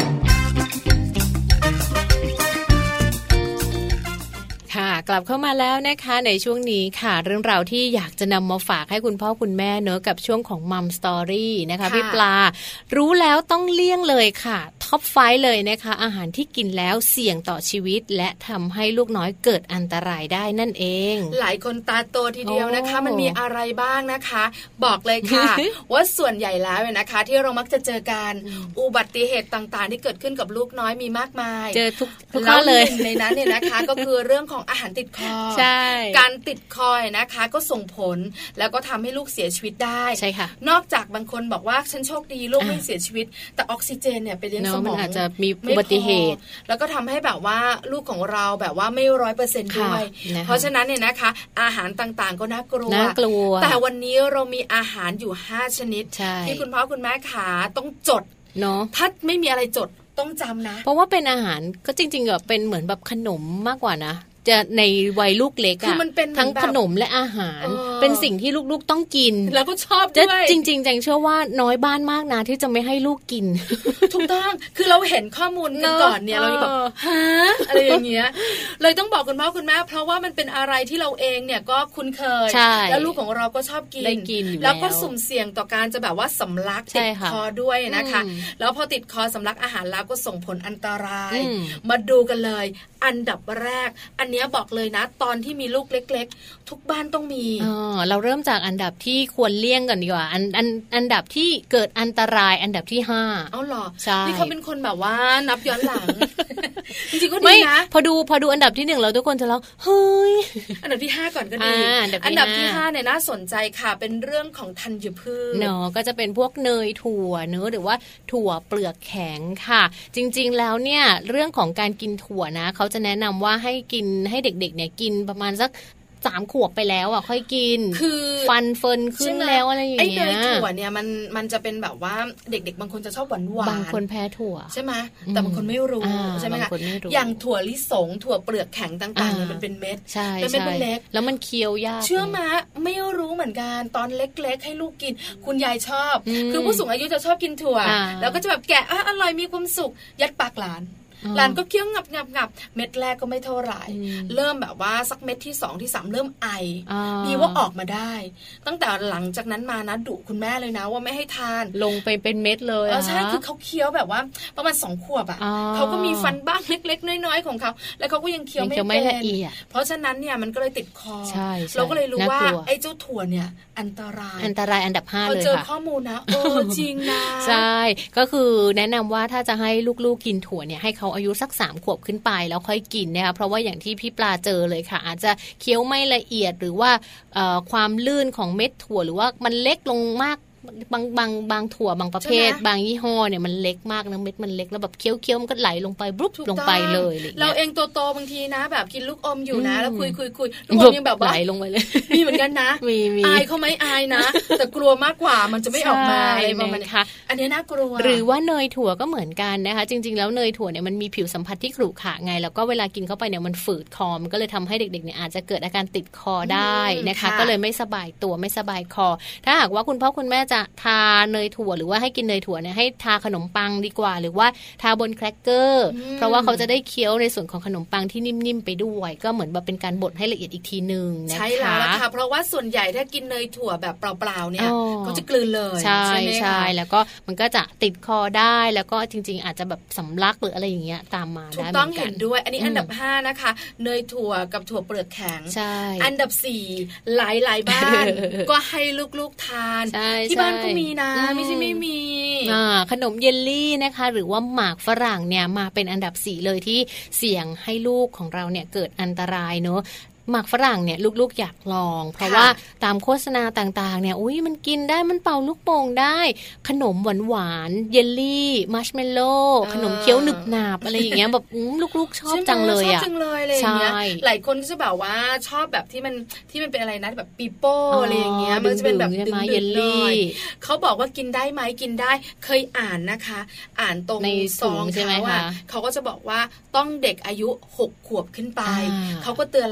ค่ะกลับเข้ามาแล้วนะคะในช่วงนี้ค่ะเรื่องราวที่อยากจะนำมาฝากให้คุณพ่อคุณแม่เนอะกับช่วงของมัมสตอรี่นะคะพี่ปลารู้แล้วต้องเลี่ยงเลยค่ะท็อปไฟว์เลยนะคะอาหารที่กินแล้วเสี่ยงต่อชีวิตและทำให้ลูกน้อยเกิดอันตรายได้นั่นเองหลายคนตาโตทีเดียวนะคะมันมีอะไรบ้างนะคะบอกเลยค่ะ ว่าส่วนใหญ่แล้วนะคะที่เรามักจะเจอกันอุบัติเหตุต่างๆที่เกิดขึ้นกับลูกน้อยมีมากมายเจอทุกทุกข้อเลยในนั้นเนี่ยนะคะก็คือเรื่องของอาหารติดคอใช่การติดคอนะคะก็ส่งผลแล้วก็ทำให้ลูกเสียชีวิตได้ใช่ค่ะนอกจากบางคนบอกว่าฉันโชคดีลูกไม่เสียชีวิตแต่ออกซิเจนเนี่ยไปเลี้ยงสมองมันอาจจะมีอุบัติเหตุแล้วก็ทำให้แบบว่าลูกของเราแบบว่าไม่ร้อยเปอร์เซ็นต์ด้วยเพราะฉะนั้นเนี่ยนะคะอาหารต่างๆก็น่ากลัวน่ากลัวแต่วันนี้เรามีอาหารอยู่ห้าชนิดที่คุณพ่อคุณแม่ขาต้องจดเนาะถ้าไม่มีอะไรจดต้องจำนะเพราะว่าเป็นอาหารก็จริงๆแบบเป็นเหมือนแบบขนมมากกว่านะจะในวัยลูกเล็กอะทั้งขนมและอาหารเป็นสิ่งที่ลูกๆต้องกินแล้วก็ชอบด้วยจริงๆแจงเชื่อว่าน้อยบ้านมากนะที่จะไม่ให้ลูกกินถูกต้องคือเราเห็นข้อมูลกันก่อนเนี่ยเราแบบฮะอะไรอย่างเงี้ยเลยต้องบอกคุณพ่อคุณแม่เพราะว่ามันเป็นอะไรที่เราเองเนี่ยก็คุ้นเคยแล้วลูกของเราก็ชอบกินแล้วก็สุ่มเสี่ยงต่อการจะแบบว่าสำลักติดคอด้วยนะคะแล้วพอติดคอสำลักอาหารแล้วก็ส่งผลอันตรายมาดูกันเลยอันดับแรกอันนี้บอกเลยนะตอนที่มีลูกเล็กๆทุกบ้านต้องมีอ๋อเราเริ่มจากอันดับที่ควรเลี่ยงกันดีกว่าอันอันอันดับที่เกิดอันตรายอันดับที่ห้าเอาหรอใช่นี่เขาเป็นคนแบบว่านับย้อนหลัง จริงๆก็ดีนะพอดูพอดูอันดับที่หนึ่งเราทุกคนจะร้องเฮ้ยอันดับที่ห้าก่อนก็ดีอันดับที่ห้าเนี่ยน่าสนใจค่ะเป็นเรื่องของธัญพืชเนาะก็จะเป็นพวกเนยถั่วเนื้อหรือว่าถั่วเปลือกแข็งค่ะจริงๆแล้วเนี่ยเรื่องของการกินถั่วนะเขาจะแนะนำว่าให้กินให้เด็กๆเนี่ยกินประมาณสักสามขวบไปแล้วอ่ะค่อยกินคือฟันเฟิร์นขึ้นแล้วอะไรอย่างเงี้ยไอ้เนยถั่วเนี่ยมันมันจะเป็นแบบว่าเด็กๆบางคนจะชอบหวานหวานบางคนแพ้ถั่วใช่ไหมแต่บางคนไม่รู้ใช่ไหมคะอย่างถั่วลิสงถั่วเปลือกแข็งต่างๆเนี่ยมันเป็นเม็ดเป็นเม็ดเล็กแล้วมันเคี้ยวยากเชื่อมะไม่รู้เหมือนกันตอนเล็กๆให้ลูกกินคุณยายชอบคือผู้สูงอายุจะชอบกินถั่วแล้วก็จะแบบแกะอร่อยมีความสุขยัดปากหลานหลานก็เคี้ยวงับงับงับเม็ดแรกก็ไม่เท่าไหร่เริ่มแบบว่าสักเม็ดที่สองที่สามเริ่มไอมีว่าออกมาได้ตั้งแต่หลังจากนั้นมานะดุคุณแม่เลยนะว่าไม่ให้ทานลงไปเป็นเม็ดเลยใช่คือเขาเคี้ยวแบบว่าประมาณสองขวบอ่ะเขาก็มีฟันบ้างเล็กๆน้อยๆของเขาแล้วเขาก็ยังเคี้ยวไม่เป็นเพราะฉะนั้นเนี่ยมันก็เลยติดคอเราก็เลยรู้ว่าไอ้เจ้าถั่วเนี่ยอันตรายอันตรายอันดับห้าเลยค่ะเจอข้อมูลนะเออจริงนะใช่ก็คือแนะนำว่าถ้าจะให้ลูกๆกินถั่วเนี่ยให้เขาอายุสักสามขวบขึ้นไปแล้วค่อยกินนะคะเพราะว่าอย่างที่พี่ปลาเจอเลยค่ะอาจจะเคี้ยวไม่ละเอียดหรือว่าความลื่นของเม็ดถั่วหรือว่ามันเล็กลงมากบางบางบางถั่วบางประเภทบางยี่ห้อเนี่ยมันเล็กมากนะเม็ดมันเล็กแล้วแบบเคี้ยวเคี้ยวมันก็ไหลลงไปบรุ๊บลงไปเลยเราเองโตๆบางทีนะแบบกินลูกอมอยู่นะแล้วคุยคุยคุยลูกอมยังแบบไหลลงไปเลยมีเหมือนกันนะมีมีอายเขาไม่อายนะแต่กลัวมากกว่ามันจะไม่ออกมาอะไรประมาณนี้อันนี้น่ากลัวหรือว่าเนยถั่วก็เหมือนกันนะคะจริงๆแล้วเนยถั่วเนี่ยมันมีผิวสัมผัสที่ขรุขระไงแล้วก็เวลากินเข้าไปเนี่ยมันฝืดคอมันก็เลยทำให้เด็กๆเนี่ยอาจจะเกิดอาการติดคอได้นะคะก็เลยไม่สบายตัวไม่สบายคอถ้าหากว่าคุณพ่อคุณแม่จะทานเนยถั่วหรือว่าให้กินเนยถั่วเนี่ยให้ทาขนมปังดีกว่าหรือว่าทาบนแครกเกอร์เพราะว่าเขาจะได้เคี้ยวในส่วนของขนมปังที่นิ่มๆไปด้วยก็เหมือนแบบเป็นการบดให้ละเอียดอีกทีนึงนะคะใช่แล้วค่ะเพราะว่าส่วนใหญ่ถ้ากินเนยถั่วแบบเปล่าๆเนี่ยเขาจะกลืนเลยใช่ใช่แล้วก็มันก็จะติดคอได้แล้วก็จริงๆอาจจะแบบสำลักหรืออะไรอย่างเงี้ยตามมาได้ถูกต้องเห็นด้วยอันนี้อันดับห้านะคะเนยถั่วกับถั่วเปลือกแข็งใช่อันดับสี่หลายๆบ้าน ก็ให้ลูกๆทานที่บ้านก็มีนะไม่ใช่ไม่มีขนมเยลลี่นะคะหรือว่าหมากฝรั่งเนี่ยมาเป็นอันดับสี่เลยที่เสี่ยงให้ลูกของเราเนี่ยเกิดอันตรายเนอะหมากฝรั่งเนี่ยลูกๆอยากลองเพราะว่าตามโฆษณาต่างๆเนี่ยอุ้ยมันกินได้มันเป่าลูกโป่งได้ขนมหวานๆเยลลี่มัชเมลโล่ขนมเคี้ยวหนึบหนาบอะไรอย่างเงี้ยแบบลูกๆชอบจังเลยอ่ะชอบจังเลยอะไรอย่างเงี้ยหลายคนก็จะแบบว่าชอบแบบที่มันที่มันเป็นอะไรนะแบบปีโป้อะไรอย่างเงี้ยมันจะเป็นแบบดึงๆเยลลี่เขาบอกว่ากินได้ไหมกินได้เคยอ่านนะคะอ่านตรงซองเขาว่าเขาก็จะบอกว่าต้องเด็กอายุหกขวบขึ้นไปเขาก็เตือนแล้วนะ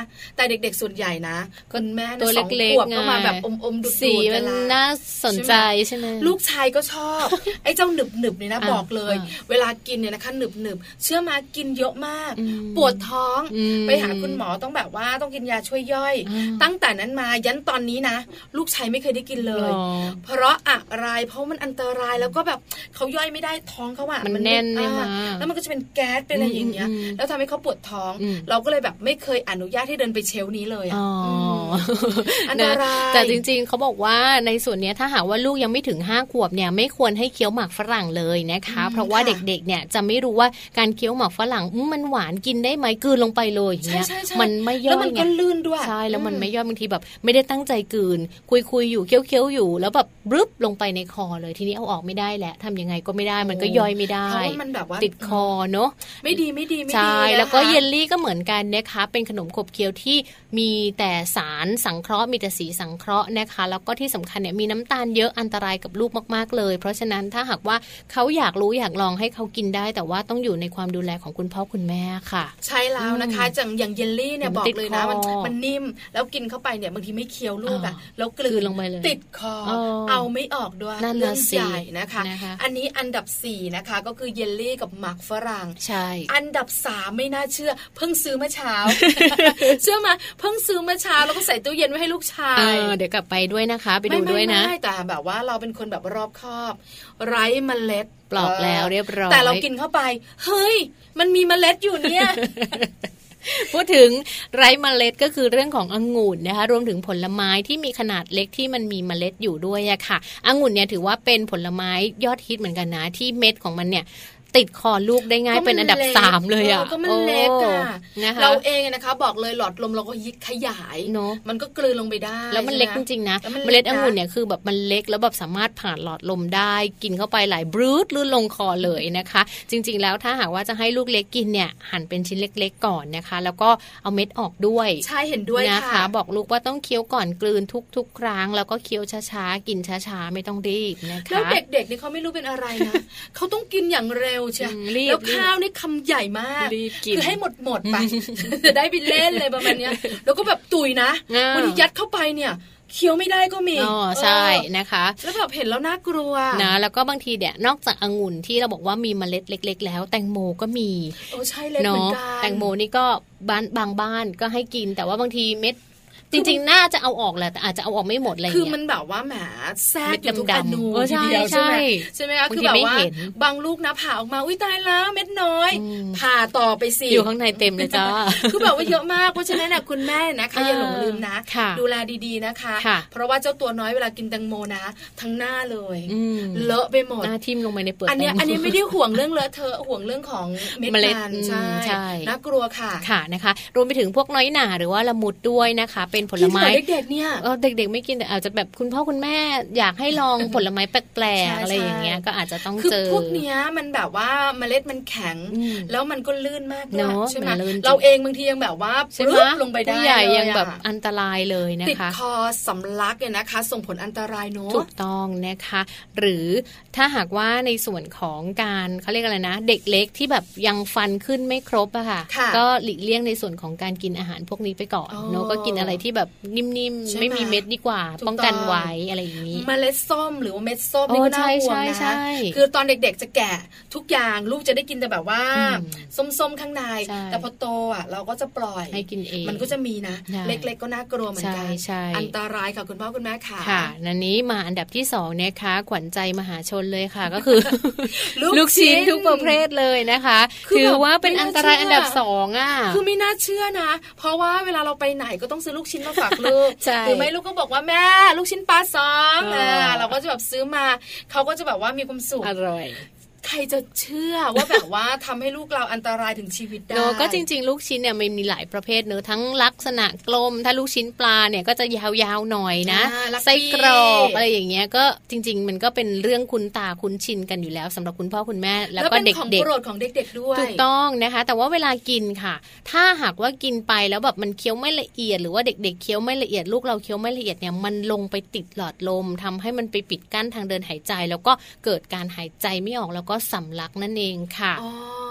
แต่เด็กๆส่วนใหญ่นะคุณแม่ตัวเล็กๆก็มาแบบอมๆดุๆสีมันน่าสนใจใช่ไหมลูกชายก็ชอบไอ้เจ้าหนึบๆเนี่ยนะบอกเลยเวลากินเนี่ยนะคะหนึบๆเชื่อมากินเยอะมากปวดท้องไปหาคุณหมอต้องแบบว่าต้องกินยาช่วยย่อยตั้งแต่นั้นมายันตอนนี้นะลูกชายไม่เคยได้กินเลยเพราะอะไรเพราะมันอันตรายแล้วก็แบบเขาย่อยไม่ได้ท้องเขาอะมันแน่นแล้วมันก็จะเป็นแก๊สเป็นอะไรอย่างเงี้ยแล้วทำให้เขาปวดท้องเราก็เลยแบบไม่เคยอนุญาตให้เดินไปเชลนี้เลยอ่ะอันตรายแต่จริงๆเขาบอกว่าในส่วนนี้ถ้าหากว่าลูกยังไม่ถึงห้าขวบเนี่ยไม่ควรให้เคี้ยวหมากฝรั่งเลยนะคะเพราะว่าเด็กๆเนี่ยจะไม่รู้ว่าการเคี้ยวหมากฝรั่งมันหวานกินได้ไหมกลืนลงไปเลยอย่างเงี้ยมันไม่ย่อยแล้วมันก็ลื่นด้วยใช่แล้วมันไม่ย่อยบางทีแบบไม่ได้ตั้งใจกลืนคุยๆอยู่เคี้ยวๆอยู่แล้วแบบบรึบลงไปในคอเลยทีนี้เอาออกไม่ได้แหละทำยังไงก็ไม่ได้มันก็ย่อยไม่ได้ติดคอเนาะไม่ดีไม่ดีไม่ดีใช่แล้วก็เยลลี่ก็เหมือนกันนะคะเป็นขนมขบเคี้ยวที่มีแต่สารสังเคราะห์มีแต่สีสังเคราะห์นะคะแล้วก็ที่สำคัญเนี่ยมีน้ำตาลเยอะอันตรายกับลูกมากๆเลยเพราะฉะนั้นถ้าหากว่าเขาอยากรู้อยากลองให้เขากินได้แต่ว่าต้องอยู่ในความดูแลของคุณพ่อคุณแม่ค่ะใช่แล้วนะคะจังอย่างเยลลี่เนี่ยบอกเลยนะมันมันนิ่มแล้วกินเข้าไปเนี่ยบางทีไม่เคี้ยวลูกอ่ะแล้วกลืนลงไปเลยติดคอเอาไม่ออกด้วยเรื่องใหญ่นะคะอันนี้อันดับสี่นะคะก็คือเยลลี่กับหมากฝรั่งใช่อันดับสามไม่น่าเชื่อเพิ่งซื้อเมื่อเช้า เชื่อมาเพิ่งซื้อเมื่อเช้าแล้วก็ใส่ตู้เย็นไว้ให้ลูกชายเดี๋ยวกลับไปด้วยนะคะไปดูด้วยนะไม่แต่แบบว่าเราเป็นคนแบบรอบคอบไร้เมล็ดปลอกแล้วเรียบร้อยแต่เรากินเข้าไปเฮ้ยมันมีเมล็ดอยู่เนี่ยพูดถึงไร้เมล็ดก็คือเรื่องขององุ่นนะคะรวมถึงผลไม้ที่มีขนาดเล็กที่มันมีเมล็ดอยู่ด้วยอะค่ะองุ่นเนี่ยถือว่าเป็นผลไม้ยอดฮิตเหมือนกันนะที่เม็ดของมันเนี่ยติดคอลูกได้ง่ายเป็นอันดับสามเลยอ่ะก็มันเล็กอ่ะเราเองนะคะบอกเลยหลอดลมเราก็ยิดขยายเนาะมันก็กลืนลงไปได้แล้วมันเล็กจริงๆนะเมล็ดองุ่นเนี่ยคือแบบมันเล็กแล้วแบบสามารถผ่านหลอดลมได้กินเข้าไปหลายบรูดลื่นลงคอเลยนะคะจริงๆแล้วถ้าหากว่าจะให้ลูกเล็กกินเนี่ยหั่นเป็นชิ้นเล็กๆก่อนนะคะแล้วก็เอาเม็ดออกด้วยใช่เห็นด้วยนะคะบอกลูกว่าต้องเคี้ยวก่อนกลืนทุกๆครั้งแล้วก็เคี้ยวช้าๆกินช้าๆไม่ต้องรีบนะคะแล้วเด็กๆนี่เขาไม่รู้เป็นอะไรนะเขาต้องกินอย่างเร็วใช่แล้วข้าวนี่คำใหญ่มากคือให้หมดหมดไปจะได้ไปเล่นเลยประมาณนี้แล้วก็แบบตุยนะวันนี้ยัดเข้าไปเนี่ยเคี้ยวไม่ได้ก็มีอ๋อใช่นะคะแล้วแบบเห็นแล้วน่ากลัวนะแล้วก็บางทีเนี่ยนอกจากองุ่นที่เราบอกว่ามีเมล็ดเล็กๆแล้วแตงโมก็มีโอ้ใช่เล็กเหมือนกันแตงโมนี่ก็บ้านบางบ้านก็ให้กินแต่ว่าบางทีเม็ดจริงๆน่าจะเอาออกแหละแต่อาจจะเอาออกไม่หมดอะไรเงี้ยคือมันแบบว่าแหมแทรกอยู่ทุกอนูใช่ใช่ใช่ไหมคะคือแบบว่าบางลูกนะผ่าออกมาอุ้ยตายแล้วเม็ดน้อยผ่าต่อไปสิอยู่ข้างในเต็มเลยจ้าคือแบบว่าเยอะมากเพราะฉะนั้นคุณแม่นะคะอย่าหลงลืมนะดูแลดีๆนะคะเพราะว่าเจ้าตัวน้อยเวลากินแตงโมนะทั้งหน้าเลยเลอะไปหมดหน้าทิ่มลงไปในเปลือกอันนี้อันนี้ไม่ได้ห่วงเรื่องเลอะเทอะห่วงเรื่องของเม็ดมันใช่น่ากลัวค่ะค่ะนะคะรวมไปถึงพวกน้อยหน่าหรือว่าละมุดด้วยนะคะเป็นผลไม้เด็กๆเนี่ยเด็กๆไม่กินแต่อาจจะแบบคุณพ่อคุณแม่อยากให้ลองผลไม้แปลกๆอะไรอย่างเงี้ยก็อาจจะต้องเจอคือพวกเนี้ยมันแบบว่าเมล็ดมันแข็งแล้วมันก็ลื่นมากด้วยใช่ไหมเราเองบางทียังแบบว่าปลุ๊บลงไปได้ผู้ใหญ่ยังแบบอันตรายเลยนะคะติดคอสำลักเนี่ยนะคะส่งผลอันตรายเนาะถูกต้องนะคะหรือถ้าหากว่าในส่วนของการเขาเรียกอะไรนะเด็กเล็กที่แบบยังฟันขึ้นไม่ครบอะค่ะก็หลีกเลี่ยงในส่วนของการกินอาหารพวกนี้ไปก่อนเนาะก็กินอะไรที่แบบนิ่มๆไม่มีเม็ดดีกว่าป้องกันไว้อะไรอย่างนี้เมล็ดส้มหรือว่าเม็ดส้มนี่ก็น่าห่วงนะคือตอนเด็กๆจะแกะทุกอย่างลูกจะได้กินแต่แบบว่าส้มๆข้างในแต่พอโตอ่ะเราก็จะปล่อยให้กินเองมันก็จะมีนะเล็กๆก็น่ากลัวเหมือนกันอันตรายค่ะคุณพ่อคุณแม่ค่ะค่ะนันนี้มาอันดับที่สองนะคะขวัญใจมหาชนเลยค่ะก็คือลูกชิ้นทุกประเภทเลยนะคะถือว่าเป็นอันตรายอันดับสองอ่ะคือไม่น่าเชื่อนะเพราะว่าเวลาเราไปไหนก็ต้องซื้อลูกชิ้นมาฝากลูกหรือไม่ลูกก็บอกว่าแม่ลูกชิ้นปลาซองอ่าเราก็จะแบบซื้อมาเขาก็จะแบบว่ามีความสุขอร่อยใครจะเชื่อว่าแบบว่าทำให้ลูกเราอันตรายถึงชีวิตได้ก็จริงๆลูกชิ้นเนี่ยมันมีหลายประเภทเนอะทั้งลักษณะกลมถ้าลูกชิ้นปลาเนี่ยก็จะยาวๆหน่อยนะไส้กรอกอะไรอย่างเงี้ยก็จริงๆมันก็เป็นเรื่องคุ้นตาคุ้นชินกันอยู่แล้วสำหรับคุณพ่อคุณแม่แล้วก็เด็กๆของโปรดของเด็กๆด้วยถูกต้องนะคะแต่ว่าเวลากินค่ะถ้าหากว่ากินไปแล้วแบบมันเคี้ยวไม่ละเอียดหรือว่าเด็กๆเคี้ยวไม่ละเอียดลูกเราเคี้ยวไม่ละเอียดเนี่ยมันลงไปติดหลอดลมทำให้มันไปปิดกั้นทางเดินหายใจแล้วก็เกิดการหายใจไม่ออกแล้วก็สำลักนั่นเองค่ะ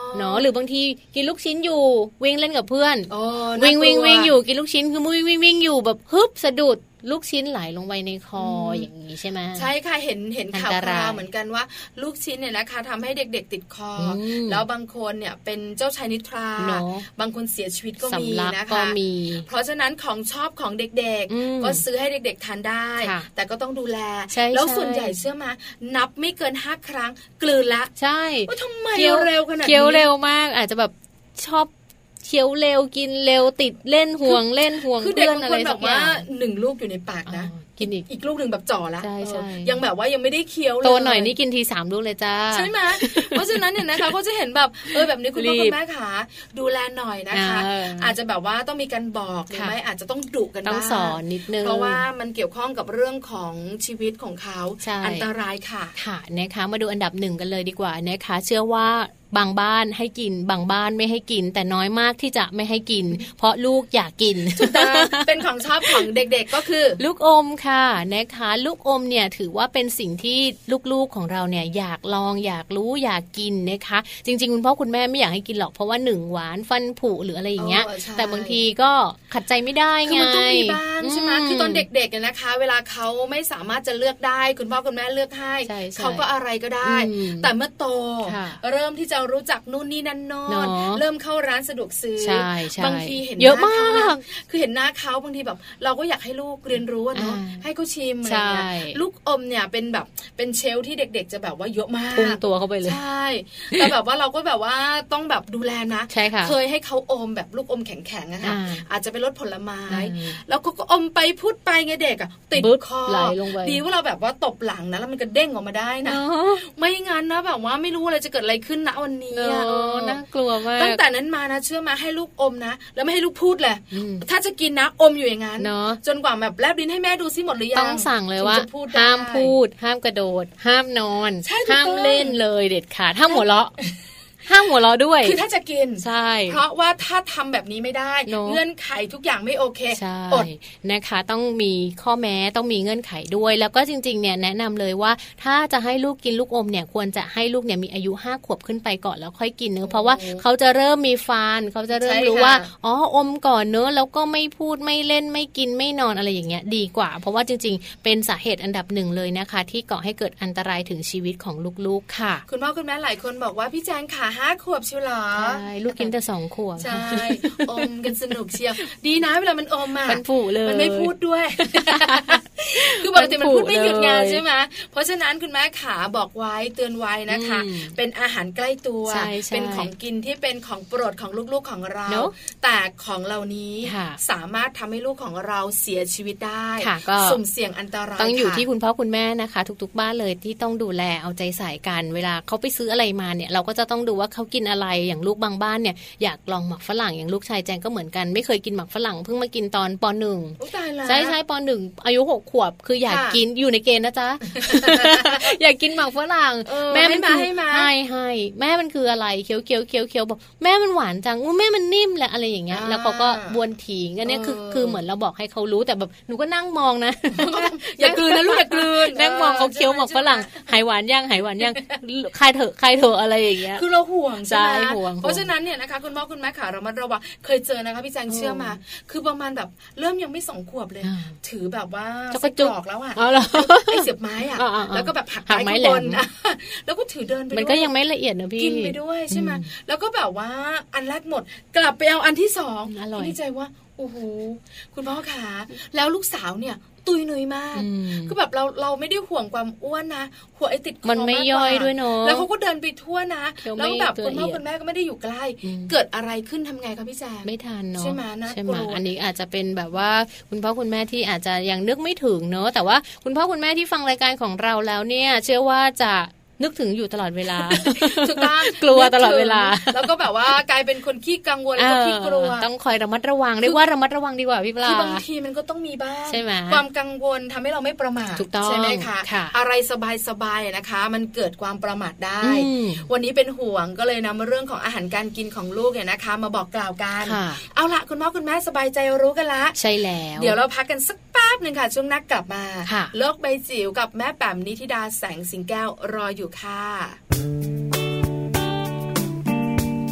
เนาะหรือบางทีกินลูกชิ้นอยู่วิ่งเล่นกับเพื่อนวิ่งวิ่งวิ่งอยู่กินลูกชิ้นคือวิ่งวิ่งวิ่งอยู่แบบฮึบสะดุดลูกชิ้นไหลลงไปในคออย่างนี้ใช่ไหมใช่ค่ะเห็นเห็นข่าวคราวเหมือนกันว่าลูกชิ้นเนี่ยนะคะทำให้เด็กๆติดคอแล้วบางคนเนี่ยเป็นเจ้าชายนิทราบางคนเสียชีวิตก็มีนะคะเพราะฉะนั้นของชอบของเด็กๆก็ซื้อให้เด็กๆทานได้แต่ก็ต้องดูแลแล้วส่วนใหญ่เชื่อมานับไม่เกินห้าครั้งกลืนละใช่ว่าทำไมเร็วขนาดนี้เคี้ยวเร็วมากอาจจะแบบชอบเคี้ยวเร็วกินเร็วติดเล่นห่วงเล่นห่วงเพื่อนอะไรสักอย่างหนึ่งลูกอยู่ในปากนะกินอีกอีกลูกหนึ่งแบบจ่อแล้วยังแบบว่ายังไม่ได้เคี้ยวเลยโตหน่อยนี่กินทีสามลูกเลยจ้าใช่ไหมเพราะฉะนั้นเนี่ยนะคะก็จะเห็นแบบเออแบบนี้คุณพ่อคุณแม่ขาดูแลหน่อยนะคะอาจจะแบบว่าต้องมีการบอกหรือไม่อาจจะต้องดุกันบ้างต้องสอนนิดนึงเพราะว่ามันเกี่ยวข้องกับเรื่องของชีวิตของเขาอันตรายค่ะค่ะนะคะมาดูอันดับหนึ่งกันเลยดีกว่านะคะเชื่อว่าบางบ้านให้กินบางบ้านไม่ให้กินแต่น้อยมากที่จะไม่ให้กินเพราะลูกอยากกินเป็นของชอบของเด็กๆก็คือลูกอมค่ะนะคะลูกอมเนี่ยถือว่าเป็นสิ่งที่ลูกๆของเราเนี่ยอยากลองอยากรู้อยากกินนะคะจริงๆคุณพ่อคุณแม่ไม่อยากให้กินหรอกเพราะว่าหนึ่งหวานฟันผุหรืออะไรอย่างเงี้ยแต่บางทีก็ขัดใจไม่ได้ไงคือมันต้องมีบ้างใช่ไหมคือตอนเด็กๆนะคะเวลาเขาไม่สามารถจะเลือกได้คุณพ่อคุณแม่เลือกให้เขาก็อะไรก็ได้แต่เมื่อโตเริ่มที่จะรู้จักนู่นนี่นั่นโน่นเริ่มเข้าร้านสะดวกซื้อบางทีเห็นเยอะมากคือเห็นหน้าเขาบางทีแบบเราก็อยากให้ลูกเรียนรู้เนาะให้เขาชิมอะไรเงี้ยลูกอมเนี่ยเป็นแบบเป็นเชลที่เด็กๆจะแบบว่าเยอะมากพุ่งตัวเข้าไปเลยใช่แต่แบบว่าเราก็แบบว่าต้องแบบดูแลนะเคยให้เขาอมแบบลูกอมแข็งๆนะคะอาจจะเป็นรสผลไม้แล้วก็อมไปพูดไปไงเด็กอ่ะติดคอดีว่าเราแบบว่าตบหลังนะแล้วมันก็เด้งออกมาได้นะไม่งั้นนะแบบว่าไม่รู้อะไรจะเกิดอะไรขึ้นณวันนี้น่ากลัวมากตั้งแต่นั้นมานะเชื่อมาให้ลูกอมนะแล้วไม่ให้ลูกพูดเลยถ้าจะกินนะอมอยู่อย่างนั้นจนกว่าแบบแลบลิ้นให้แม่ดูซิหมดหรือยังต้องสั่งเลยว่าห้ามพูดห้ามกระโดดห้ามนอนห้ามเล่นเลยเด็ดขาดห้ามหัวเราะห้ามหัวเราะด้วยคือถ้าจะกินใช่เพราะว่าถ้าทำแบบนี้ไม่ได้เงื่อนไขทุกอย่างไม่โอเคอดนะคะต้องมีข้อแม้ต้องมีเงื่อนไขด้วยแล้วก็จริงๆเนี่ยแนะนำเลยว่าถ้าจะให้ลูกกินลูกอมเนี่ยควรจะให้ลูกเนี่ยมีอายุห้าขวบขึ้นไปก่อนแล้วค่อยกินเนอะเพราะว่าเขาจะเริ่มมีฟันเขาจะเริ่มรู้ว่าอ๋ออมก่อนเนอะแล้วก็ไม่พูดไม่เล่นไม่กินไม่นอนอะไรอย่างเงี้ยดีกว่าเพราะว่าจริงๆเป็นสาเหตุอันดับหนึ่งเลยนะคะที่ก่อให้เกิดอันตรายถึงชีวิตของลูกๆค่ะคุณพ่อคุณแม่หลายคนบอกว่าพี่แจงขาห้าขวบเชียวหรอใช่ลูกกินแต่สองขวบใช่อมกันสนุกเชียวดีนะเวลามันอมอ่ะมันผูเลยมันไม่พูดด้วยคือปกติมันพูดไม่หยุดงานใช่ไหมเพราะฉะนั้นคุณแม่ขาบอกไว้เตือนไว้นะคะเป็นอาหารใกล้ตัวเป็นของกินที่เป็นของโปรดของลูกๆของเราแต่ของเหล่านี้สามารถทำให้ลูกของเราเสียชีวิตได้สุ่มเสี่ยงอันตรายต้องอยู่ที่คุณพ่อคุณแม่นะคะทุกๆบ้านเลยที่ต้องดูแลเอาใจใส่กันเวลาเขาไปซื้ออะไรมาเนี่ยเราก็จะต้องดูว่าเขากินอะไรอย่างลูกบางบ้านเนี่ยอยากลองหมักฝรั่งอย่างลูกชายแจงก็เหมือนกันไม่เคยกินหมักฝรั่งเพิ่งมากินตอนป.หนึ่ง ใช่ใช่ป.หนึ่งอายุหกขวบคืออยากกินอยู่ในเกณฑ์นะจ๊ะ อยากกินหมักฝรั่งแม่มันคือให้ให้แม่มันคืออะไรเคี้ยวเคี้ยวเคี้ยวเคี้ยวบอกแม่มันหวานจังแม่มันนิ่มแหละอะไรอย่างเงี้ยแล้วเขาก็บวนถีงอันนี้คือคือเหมือนเราบอกให้เขารู้แต่แบบหนูก็นั่งมองนะอย่ากลืนนะลูกอย่ากลืนนั่งมองเขาเคี้ยวหมักฝรั่งหายหวานยังหายหวานยังใครเถอะใครเถอะอะไรอย่างเงี้ยคือเราห่วงใช่ไหมเพราะฉะนั้นเนี่ยนะคะคุณพ่อคุณแม่ขาเรามาระวังเคยเจอนะคะพี่แจงเชื่อมาคือประมาณแบบเริ่มยังไม่สองขวบเลยถือแบบว่าจะกระจุกแล้วอ่ะไอเสียบไม้อ่ะแล้วก็แบบหักไม้บนแล้วก็ถือเดินไปมันก็ยังไม่ละเอียดนะพี่กินไปด้วยใช่ไหมแล้วก็แบบว่าอันแรกหมดกลับไปเอาอันที่สองพี่ใจว่าโอ้โหคุณพ่อขาแล้วลูกสาวเนี่ยตุยนุยมากคือแบบเราเราไม่ได้ห่วงความอ้วนนะห่วงไอติดคอมันไม่ย่อยด้วยเนาะแล้วเขาก็เดินไปทั่วนะแล้วแบบคุณพ่อคุณแม่ก็ไม่ได้อยู่ใกล้เกิดอะไรขึ้นทำไงคะพี่แจงไม่ทันเนาะใช่ไหมนะใช่ไหมอันนี้อาจจะเป็นแบบว่าคุณพ่อคุณแม่ที่อาจจะยังนึกไม่ถึงเนาะแต่ว่าคุณพ่อคุณแม่ที่ฟังรายการของเราแล้วเนี่ยเชื่อว่าจะนึกถึงอยู่ตลอดเวลาถูกต้องกลัวตลอดเวลาแล้วก็แบบว่ากลายเป็นคนขี้กังวลแล้วก็ขี้กลัวต้องคอยระมัดระวังเรียกว่าระมัดระวังดีกว่าพี่ปลาคือบางทีมันก็ต้องมีบ้างใช่ไหมความกังวลทำให้เราไม่ประมาทใช่ไหมคะอะไรสบายๆนะคะมันเกิดความประมาทได้วันนี้เป็นห่วงก็เลยนำเรื่องของอาหารการกินของลูกเนี่ยนะคะมาบอกกล่าวกันเอาละคุณพ่อคุณแม่สบายใจรู้กันละใช่แล้วเดี๋ยวเราพักกันสักแป๊บนึงค่ะช่วงนักกลับมาโลกใบจิ๋วกับแม่แป๋มนิธิดาแสงสิงแก้วรออยู่ค่ะ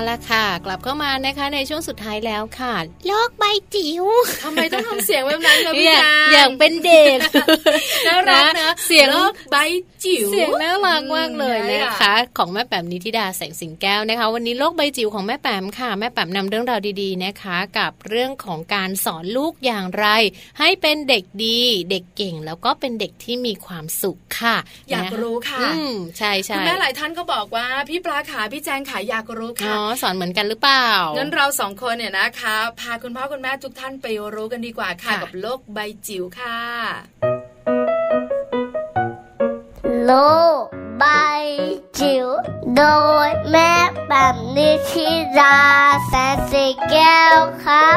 ละค่ะกลับเข้ามานะคะในช่วงสุดท้ายแล้วค่ะโลกใบจิ๋วทำไมต้องทำเสียงแบบนั้นล่ะพี่จางอยากเป็นเด็กน่ารักนะเสียงโลกใบจิ๋วเสียงน่ารักมากเลยนะคะของแม่แปมนิธิดาแสงสิงแก้วนะคะวันนี้โลกใบจิ๋วของแม่แปมค่ะแม่แปมนำเรื่องราวดีๆนะคะกับเรื่องของการสอนลูกอย่างไรให้เป็นเด็กดีเด็กเก่งแล้วก็เป็นเด็กที่มีความสุขค่ะอยากรู้ค่ะอืมใช่ๆคุณแม่หลายท่านก็บอกว่าพี่ปลาขาพี่แจงขาอยากรู้ค่ะอ๋อสอนเหมือนกันหรือเปล่างั้นเราสองคนเนี่ยนะคะพาคุณพ่อคุณแม่ทุกท่านไปรู้กันดีกว่าค่ะกับโลกใบจิ๋วค่ะโลกใบจิ๋วโดยแม่แบบนิชิราแสนสีแก้วครับ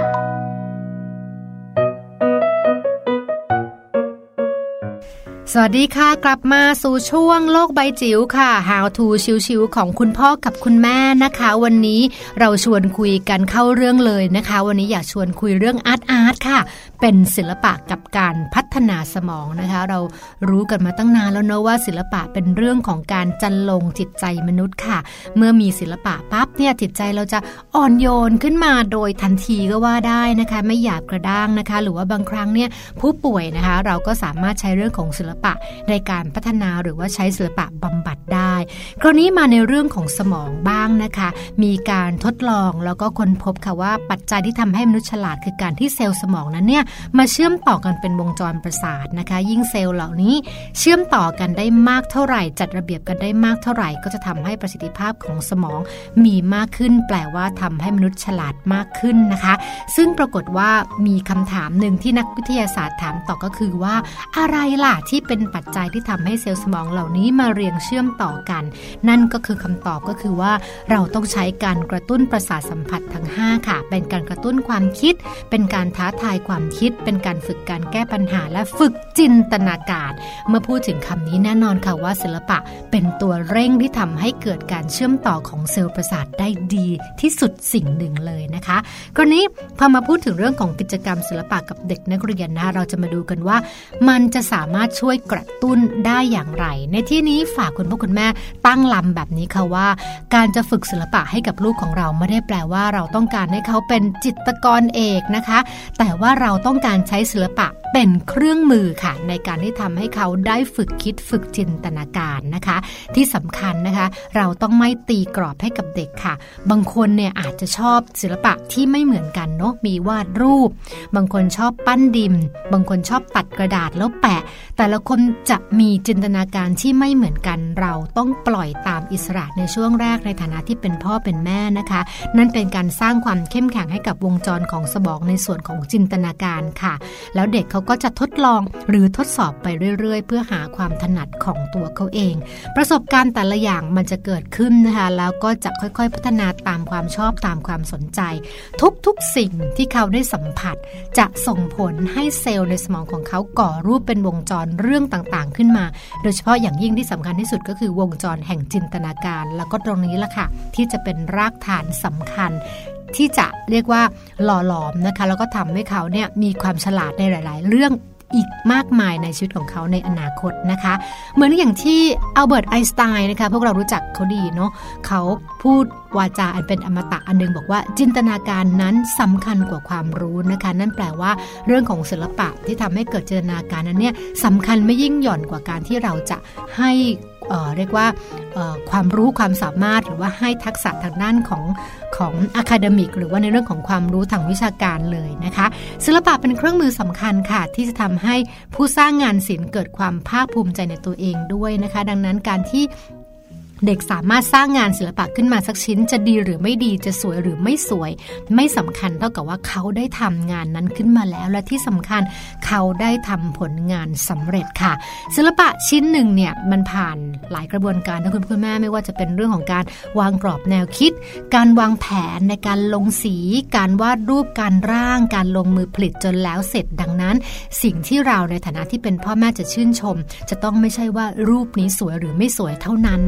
สวัสดีค่ะกลับมาสู่ช่วงโลกใบจิ๋วค่ะ How to ชิวๆของคุณพ่อกับคุณแม่นะคะวันนี้เราชวนคุยกันเข้าเรื่องเลยนะคะวันนี้อยากชวนคุยเรื่องอาร์ตอาร์ตค่ะเป็นศิลปะกับการพัฒนาสมองนะคะเรารู้กันมาตั้งนานแล้วเนอะว่าศิลปะเป็นเรื่องของการจันลงจิตใจมนุษย์ค่ะเมื่อมีศิลปะปั๊บเนี่ยจิตใจเราจะอ่อนโยนขึ้นมาโดยทันทีก็ว่าได้นะคะไม่หยาบกระด้างนะคะหรือว่าบางครั้งเนี่ยผู้ป่วยนะคะเราก็สามารถใช้เรื่องของศิลปะในการพัฒนาหรือว่าใช้ศิลปะบำบัดได้คราวนี้มาในเรื่องของสมองบ้างนะคะมีการทดลองแล้วก็ค้นพบค่ะว่าปัจจัยที่ทำให้มนุษย์ฉลาดคือการที่เซลล์สมองนั้นเนี่ยมาเชื่อมต่อกันเป็นวงจรประสาทนะคะยิ่งเซลล์เหล่านี้เชื่อมต่อกันได้มากเท่าไหร่จัดระเบียบกันได้มากเท่าไหร่ก็จะทำให้ประสิทธิภาพของสมองมีมากขึ้นแปลว่าทำให้มนุษย์ฉลาดมากขึ้นนะคะซึ่งปรากฏว่ามีคำถามหนึ่งที่นักวิทยาศาสตร์ถามต่อก็คือว่าอะไรล่ะที่เป็นปัจจัยที่ทำให้เซลล์สมองเหล่านี้มาเรียงเชื่อมต่อกันนั่นก็คือคำตอบก็คือว่าเราต้องใช้การกระตุ้นประสาทสัมผัสทั้งห้าค่ะเป็นการกระตุ้นความคิดเป็นการท้าทายความคิดเป็นการฝึกการแก้ปัญหาและฝึกจินตนาการเมื่อพูดถึงคำนี้แน่นอนค่ะว่าศิลปะเป็นตัวเร่งที่ทำให้เกิดการเชื่อมต่อของเซลล์ประสาทได้ดีที่สุดสิ่งหนึ่งเลยนะคะคราวนี้พอมาพูดถึงเรื่องของกิจกรรมศิลปะกับเด็กนักเรียนนะเราจะมาดูกันว่ามันจะสามารถช่วยกระตุ้นได้อย่างไรในที่นี้ฝากคุณพ่อคุณแม่ตั้งลำแบบนี้ค่ะว่าการจะฝึกศิลปะให้กับลูกของเราไม่ได้แปลว่าเราต้องการให้เขาเป็นจิตรกรเอกนะคะแต่ว่าเราต้องการใช้ศิลปะเป็นเครื่องมือค่ะในการที่ทำให้เขาได้ฝึกคิดฝึกจินตนาการนะคะที่สำคัญนะคะเราต้องไม่ตีกรอบให้กับเด็กค่ะบางคนเนี่ยอาจจะชอบศิลปะที่ไม่เหมือนกันเนาะมีวาดรูปบางคนชอบปั้นดินบางคนชอบตัดกระดาษแล้วแปะแต่ละคนจะมีจินตนาการที่ไม่เหมือนกันเราต้องปล่อยตามอิสระในช่วงแรกในฐานะที่เป็นพ่อเป็นแม่นะคะนั่นเป็นการสร้างความเข้มแข็งให้กับวงจรของสมองในส่วนของจินตนาการค่ะแล้วเด็กเขาก็จะทดลองหรือทดสอบไปเรื่อยๆเพื่อหาความถนัดของตัวเขาเองประสบการณ์แต่ละอย่างมันจะเกิดขึ้นนะคะแล้วก็จะค่อยๆพัฒนาตามความชอบตามความสนใจทุกๆสิ่งที่เขาได้สัมผัสจะส่งผลให้เซลล์ในสมองของเขาก่อรูปเป็นวงจรเรื่องต่างๆขึ้นมาโดยเฉพาะอย่างยิ่งที่สำคัญที่สุดก็คือวงจรแห่งจินตนาการแล้วก็ตรงนี้ล่ะค่ะที่จะเป็นรากฐานสำคัญที่จะเรียกว่าหล่อหลอมนะคะแล้วก็ทำให้เขาเนี่ยมีความฉลาดในหลายๆเรื่องอีกมากมายในชีวิตของเขาในอนาคตนะคะเหมือนอย่างที่อัลเบิร์ตไอน์สไตน์นะคะพวกเรารู้จักเขาดีเนาะเขาพูดวาจาอันเป็นอมตะอันนึงบอกว่าจินตนาการนั้นสำคัญกว่าความรู้นะคะนั่นแปลว่าเรื่องของศิลปะที่ทำให้เกิดจินตนาการนั้นเนี่ยสำคัญไม่ยิ่งหย่อนกว่าการที่เราจะให้เอ่อเรียกว่าเอ่อความรู้ความสามารถหรือว่าให้ทักษะทางด้านของของอะคาเดมิกหรือว่าในเรื่องของความรู้ทางวิชาการเลยนะคะศิลปะเป็นเครื่องมือสำคัญค่ะที่จะทำให้ผู้สร้างงานศิลป์เกิดความภาคภูมิใจในตัวเองด้วยนะคะดังนั้นการที่เด็กสามารถสร้างงานศิลปะขึ้นมาสักชิ้นจะดีหรือไม่ดีจะสวยหรือไม่สวยไม่สำคัญเท่ากับว่าเขาได้ทำงานนั้นขึ้นมาแล้วและที่สำคัญเขาได้ทำผลงานสำเร็จค่ะศิลปะชิ้นหนึ่งเนี่ยมันผ่านหลายกระบวนการนะคุณพ่อแม่ไม่ว่าจะเป็นเรื่องของการวางกรอบแนวคิดการวางแผนในการลงสีการวาดรูปการร่างการลงมือผลิตจนแล้วเสร็จดังนั้นสิ่งที่เราในฐานะที่เป็นพ่อแม่จะชื่นชมจะต้องไม่ใช่ว่ารูปนี้สวยหรือไม่สวยเท่านั้นนะคะแต่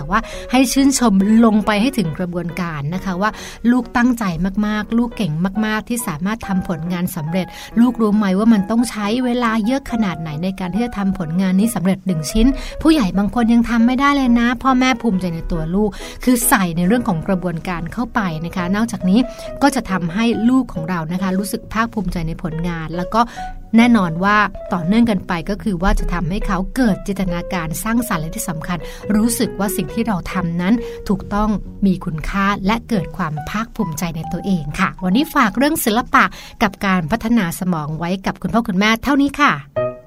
ว่าให้ชื่นชมลงไปให้ถึงกระบวนการนะคะว่าลูกตั้งใจมากๆลูกเก่งมากๆที่สามารถทำผลงานสำเร็จลูกรู้ไหมว่ามันต้องใช้เวลาเยอะขนาดไหนในการที่จะทำผลงานนี้สำเร็จหนึ่งชิ้นผู้ใหญ่บางคนยังทำไม่ได้เลยนะพ่อแม่ภูมิใจในตัวลูกคือใส่ในเรื่องของกระบวนการเข้าไปนะคะนอกจากนี้ก็จะทำให้ลูกของเรานะคะรู้สึกภาคภูมิใจในผลงานแล้วก็แน่นอนว่าต่อเนื่องกันไปก็คือว่าจะทำให้เขาเกิดจินตนาการสร้างสรรค์และที่สำคัญรู้สึกว่าสิ่งที่เราทำนั้นถูกต้องมีคุณค่าและเกิดความภาคภูมิใจในตัวเองค่ะวันนี้ฝากเรื่องศิลปะกับการพัฒนาสมองไว้กับคุณพ่อคุณแม่เท่านี้ค่ะ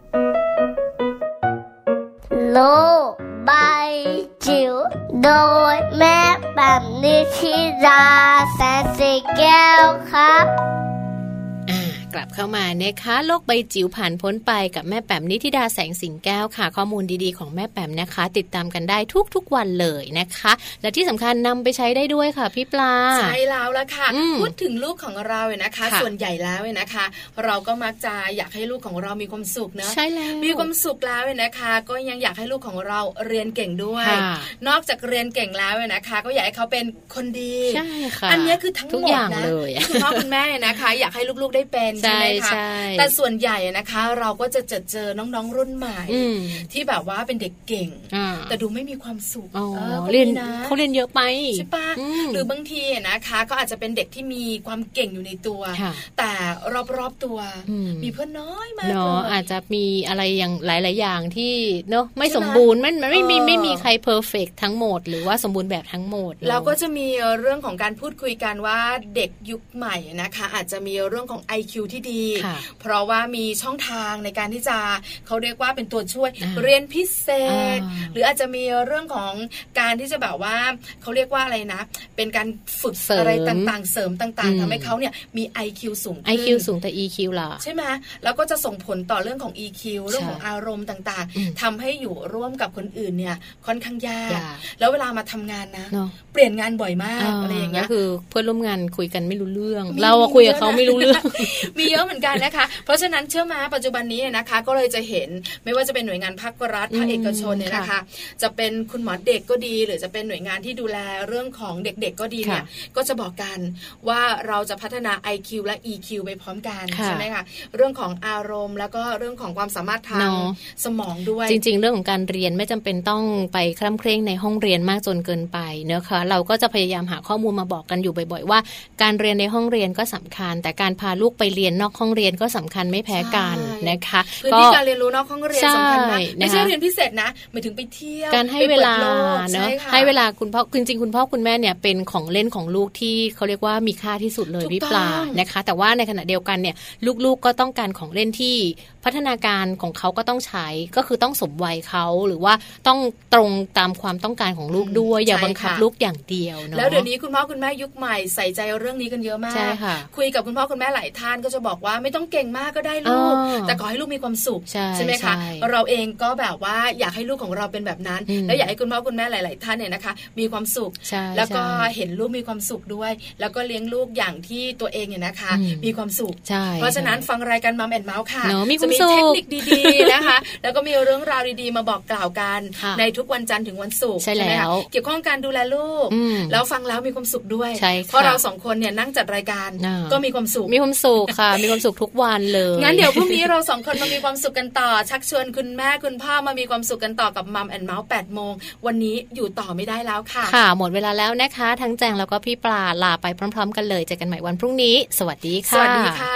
โลกใบจิ๋วโดยแม่แบบนิชิราแสนสีแก้วครับกลับเข้ามานะคะโลกใบจิ๋วผ่านพ้นไปกับแม่แป๋มนิธิดาแสงสิงแก้วค่ะข้อมูลดีๆของแม่แป๋มนะคะติดตามกันได้ทุกๆวันเลยนะคะและที่สำคัญนำไปใช้ได้ด้วยค่ะพี่ปลาใช่แล้วละค่ะพูดถึงลูกของเราเนี่ยนะคะส่วนใหญ่แล้วเนี่ยนะคะเราก็มักจะอยากให้ลูกของเรามีความสุขเนอะใช่แล้วมีความสุขแล้วเนี่ยนะคะก็ยังอยากให้ลูกของเราเรียนเก่งด้วยนอกจากเรียนเก่งแล้วเนี่ยนะคะก็อยากให้เขาเป็นคนดีใช่ค่ะอันนี้คือทั้งหมดนะคุณพ่อคุณแม่เนี่ยนะคะอยากให้ลูกๆได้เป็นใช่ไหมคะแต่ส่วนใหญ่นะคะเราก็จะเจอเจอน้องๆรุ่นใหม่ที่แบบว่าเป็นเด็กเก่งแต่ดูไม่มีความสุขเรียนเขาเรียนเยอะไปใช่ปะหรือบางทีนะคะก็อาจจะเป็นเด็กที่มีความเก่งอยู่ในตัวแต่รอบๆตัวมีเพื่อนน้อยมากเนาะอาจจะมีอะไรอย่างหลายๆอย่างที่เนาะไม่สมบูรณ์มันมันไม่มีไม่มีใครเพอร์เฟกต์ทั้งหมดหรือว่าสมบูรณ์แบบทั้งหมดเราก็จะมีเรื่องของการพูดคุยกันว่าเด็กยุคใหม่นะคะอาจจะมีเรื่องของ ไอ คิว ที่ดีเพราะว่ามีช่องทางในการที่จะเขาเรียกว่าเป็นตัวช่วยเรียนพิเศษหรืออาจจะมีเรื่องของการที่จะแบบว่าเขาเรียกว่าอะไรนะเป็นการฝึกอะไรต่างๆเสริมต่างๆทำให้เขาเนี่ยมี ไอ คิว สูงขึ้นไอ คิว สูงแต่ อี คิว ล่ะใช่ไหมแล้วก็จะส่งผลต่อเรื่องของ อี คิว เรื่องของอารมณ์ต่างๆทำให้อยู่ร่วมกับคนอื่นเนี่ยค่อนข้างยากแล้วเวลามาทำงานนะเปลี่ยนงานบ่อยมากอะไรอย่างเงี้ยคือเพื่อนร่วมงานคุยกันไม่รู้เรื่องเราคุยกับเขาไม่รู้เรื่องมีเยอะเหมือนกันนะคะเพราะฉะนั้นเชื่อมาปัจจุบันนี้นะคะก็เลยจะเห็นไม่ว่าจะเป็นหน่วยงานภาครัฐภาคเอกชนเนี่ยนะคะจะเป็นคุณหมอเด็กก็ดีหรือจะเป็นหน่วยงานที่ดูแลเรื่องของเด็กๆก็ดีเนี่ยก็จะบอกกันว่าเราจะพัฒนา ไอ คิว และ อี คิว ไปพร้อมกันใช่ไหมคะเรื่องของอารมณ์แล้วก็เรื่องของความสามารถทางสมองด้วยจริงๆเรื่องของการเรียนไม่จำเป็นต้องไปคร่ำเคร่งในห้องเรียนมากจนเกินไปนะคะเราก็จะพยายามหาข้อมูลมาบอกกันอยู่บ่อยๆว่าการเรียนในห้องเรียนก็สำคัญแต่การพาลูกไปเรียนนอกห้องเรียนก็สำคัญไม่แพ้กันนะคะพื้นที่การเรียนรู้นอกห้องเรียนสำคัญมากไม่ใช่เรียนพิเศษนะหมายถึงไปเที่ยวการให้เวลาเนาะให้เวลาคุณพ่อจริงๆคุณพ่อคุณแม่เนี่ยเป็นของเล่นของลูกที่เขาเรียกว่ามีค่าที่สุดเลยพี่ปลานะคะแต่ว่าในขณะเดียวกันเนี่ยลูกๆก็ต้องการของเล่นที่พัฒนาการของเขาก็ต้องใช้ก็คือต้องสมวัยเขาหรือว่าต้องตรงตามความต้องการของลูกด้วยอย่าบังคับลูกอย่างเดียวเนาะแล้วเดี๋ยวนี้คุณพ่อคุณแม่ยุคใหม่ใส่ใจเรื่องนี้กันเยอะมากคุยกับคุณพ่อคุณแม่หลายท่านก็จะบอกว่าไม่ต้องเก่งมากก็ได้ลูกแต่ขอให้ลูกมีความสุขใช่ไหมคะเราเองก็แบบว่าอยากให้ลูกของเราเป็นแบบนั้นแล้วอยากให้คุณพ่อคุณแม่หลายๆท่านเนี่ยนะคะมีความสุขแล้วก็เห็นลูกมีความสุขด้วยแล้วก็เลี้ยงลูกอย่างที่ตัวเองเนี่ยนะคะมีความสุขเพราะฉะนั้นฟังรายการมัมแอนด์เมาส์ค่ะจะมีเทคนิคดีๆนะคะแล้วก็มีเรื่องราวดีๆมาบอกกล่าวกันในทุกวันจันทร์ถึงวันศุกร์ใช่ไหมคะเกี่ยวข้องการดูแลลูกแล้วฟังแล้วมีความสุขด้วยเพราะเราสองคนเนี่ยนั่งจัดรายการก็มีความสุขมีความสุขค่ะมีความสุขทุกวันเลยงั้นเดี๋ยวพรุ่งนี้เราสองคนมามีความสุขกันต่อชักชวนคุณแม่คุณพ่อมามีความสุขกันต่อกับมัมแอนด์เมาส์แปดโมงวันนี้อยู่ต่อไม่ได้แล้วค่ะค่ะหมดเวลาแล้วนะคะทั้งแจงแล้วก็พี่ปลาลาไปพร้อมๆกันเลยเจอกันใหม่วันพรุ่งนี้สวัสดีค่ะสวัสดีค่ะ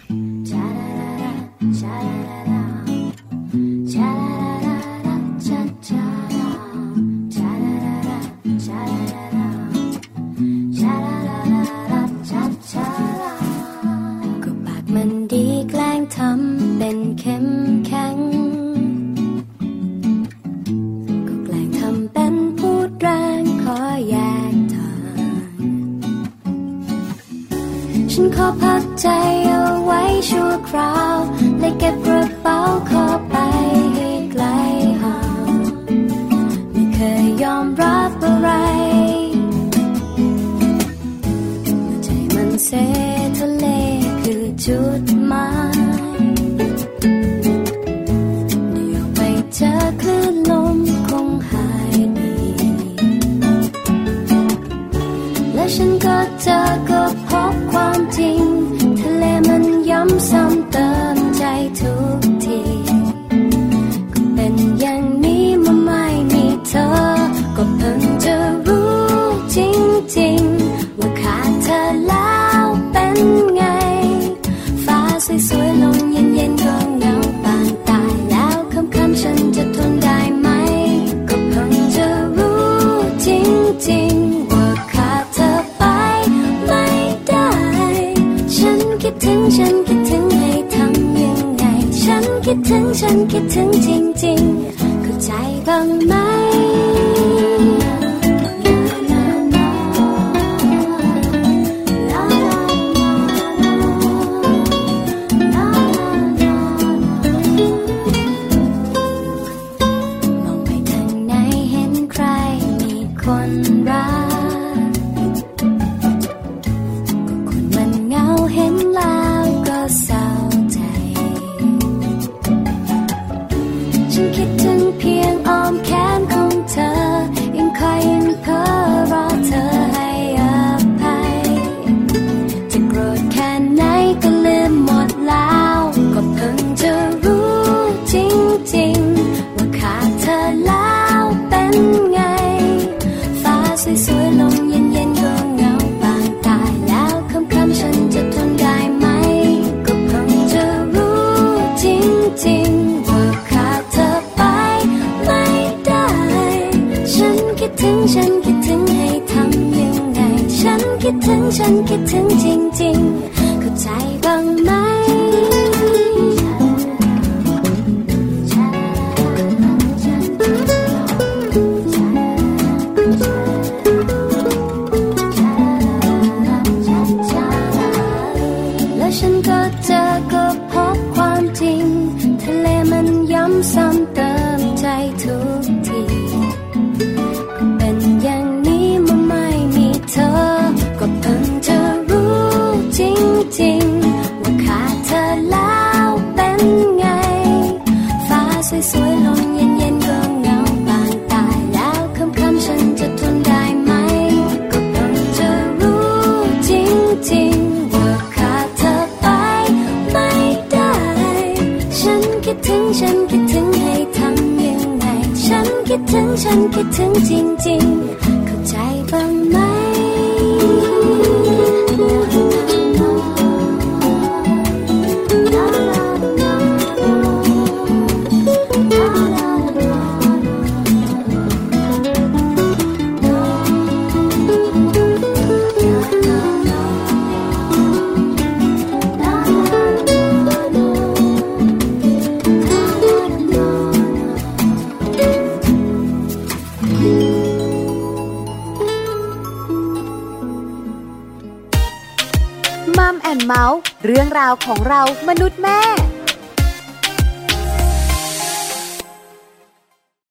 ก็ปากมันดีแกล้งทำเป็นเข้มแข็งก็แกล้งทำเป็นพูดแรงขอแยกทางฉันขอพักใจเอาไว้ชั่วคราวและเก็บกระเป๋าขอไปให้ไกลห่างไม่เคยยอมรับอะไรใจมันเสทะเลคือจุดหมายเดี๋ยวไปเจอคลื่นลมคงหายดีและฉันก็เจอก็พบความจริงทะเลมันย้ำซ้ำเติมใจทุกทีก็เป็นอย่างนี้เมื่อไม่มีเธอก็เพิ่งจะรู้จริงๆว่าขาดเธอแล้วเป็นไงฟ้าสวยๆลมเย็นๆก็เหงาปานตายแล้วค่ำๆฉันจะทนได้ไหมก็เพิ่งจะรู้จริงๆว่าขาดเธอไปไม่ได้ฉันคิดถึงฉันคิดถึงให้ทำยังไงฉันคิดถึงฉันคิดถึงจริงๆเข้าใจบ้างไหมฉันคิดถึงจริงๆเข้าใจบ้างไหมแล้วฉันก็เจอก็พบความจริงทะเลมันย้ำซ้ำเติมใจทุกทีเป็นอย่างนี้เมื่อไม่มีเธอก็เพิ่งจะรู้จริงๆว่าขาดเธอแล้วเป็นไงฟ้าสวยๆลมเย็นๆก็เหงาปานตายแล้วค่ำๆฉันจะทนได้ไหมก็เพิ่งจะรู้จริงๆว่าขาดเธอไปไม่ได้ฉันคิดถึงฉันคิดถึงให้ทำยังไงฉันคิดถึงฉันคิดถึงจริงๆเข้าใจบ้างไหมมัมแอนด์เมาส์เรื่องราวของเรามนุษย์แม่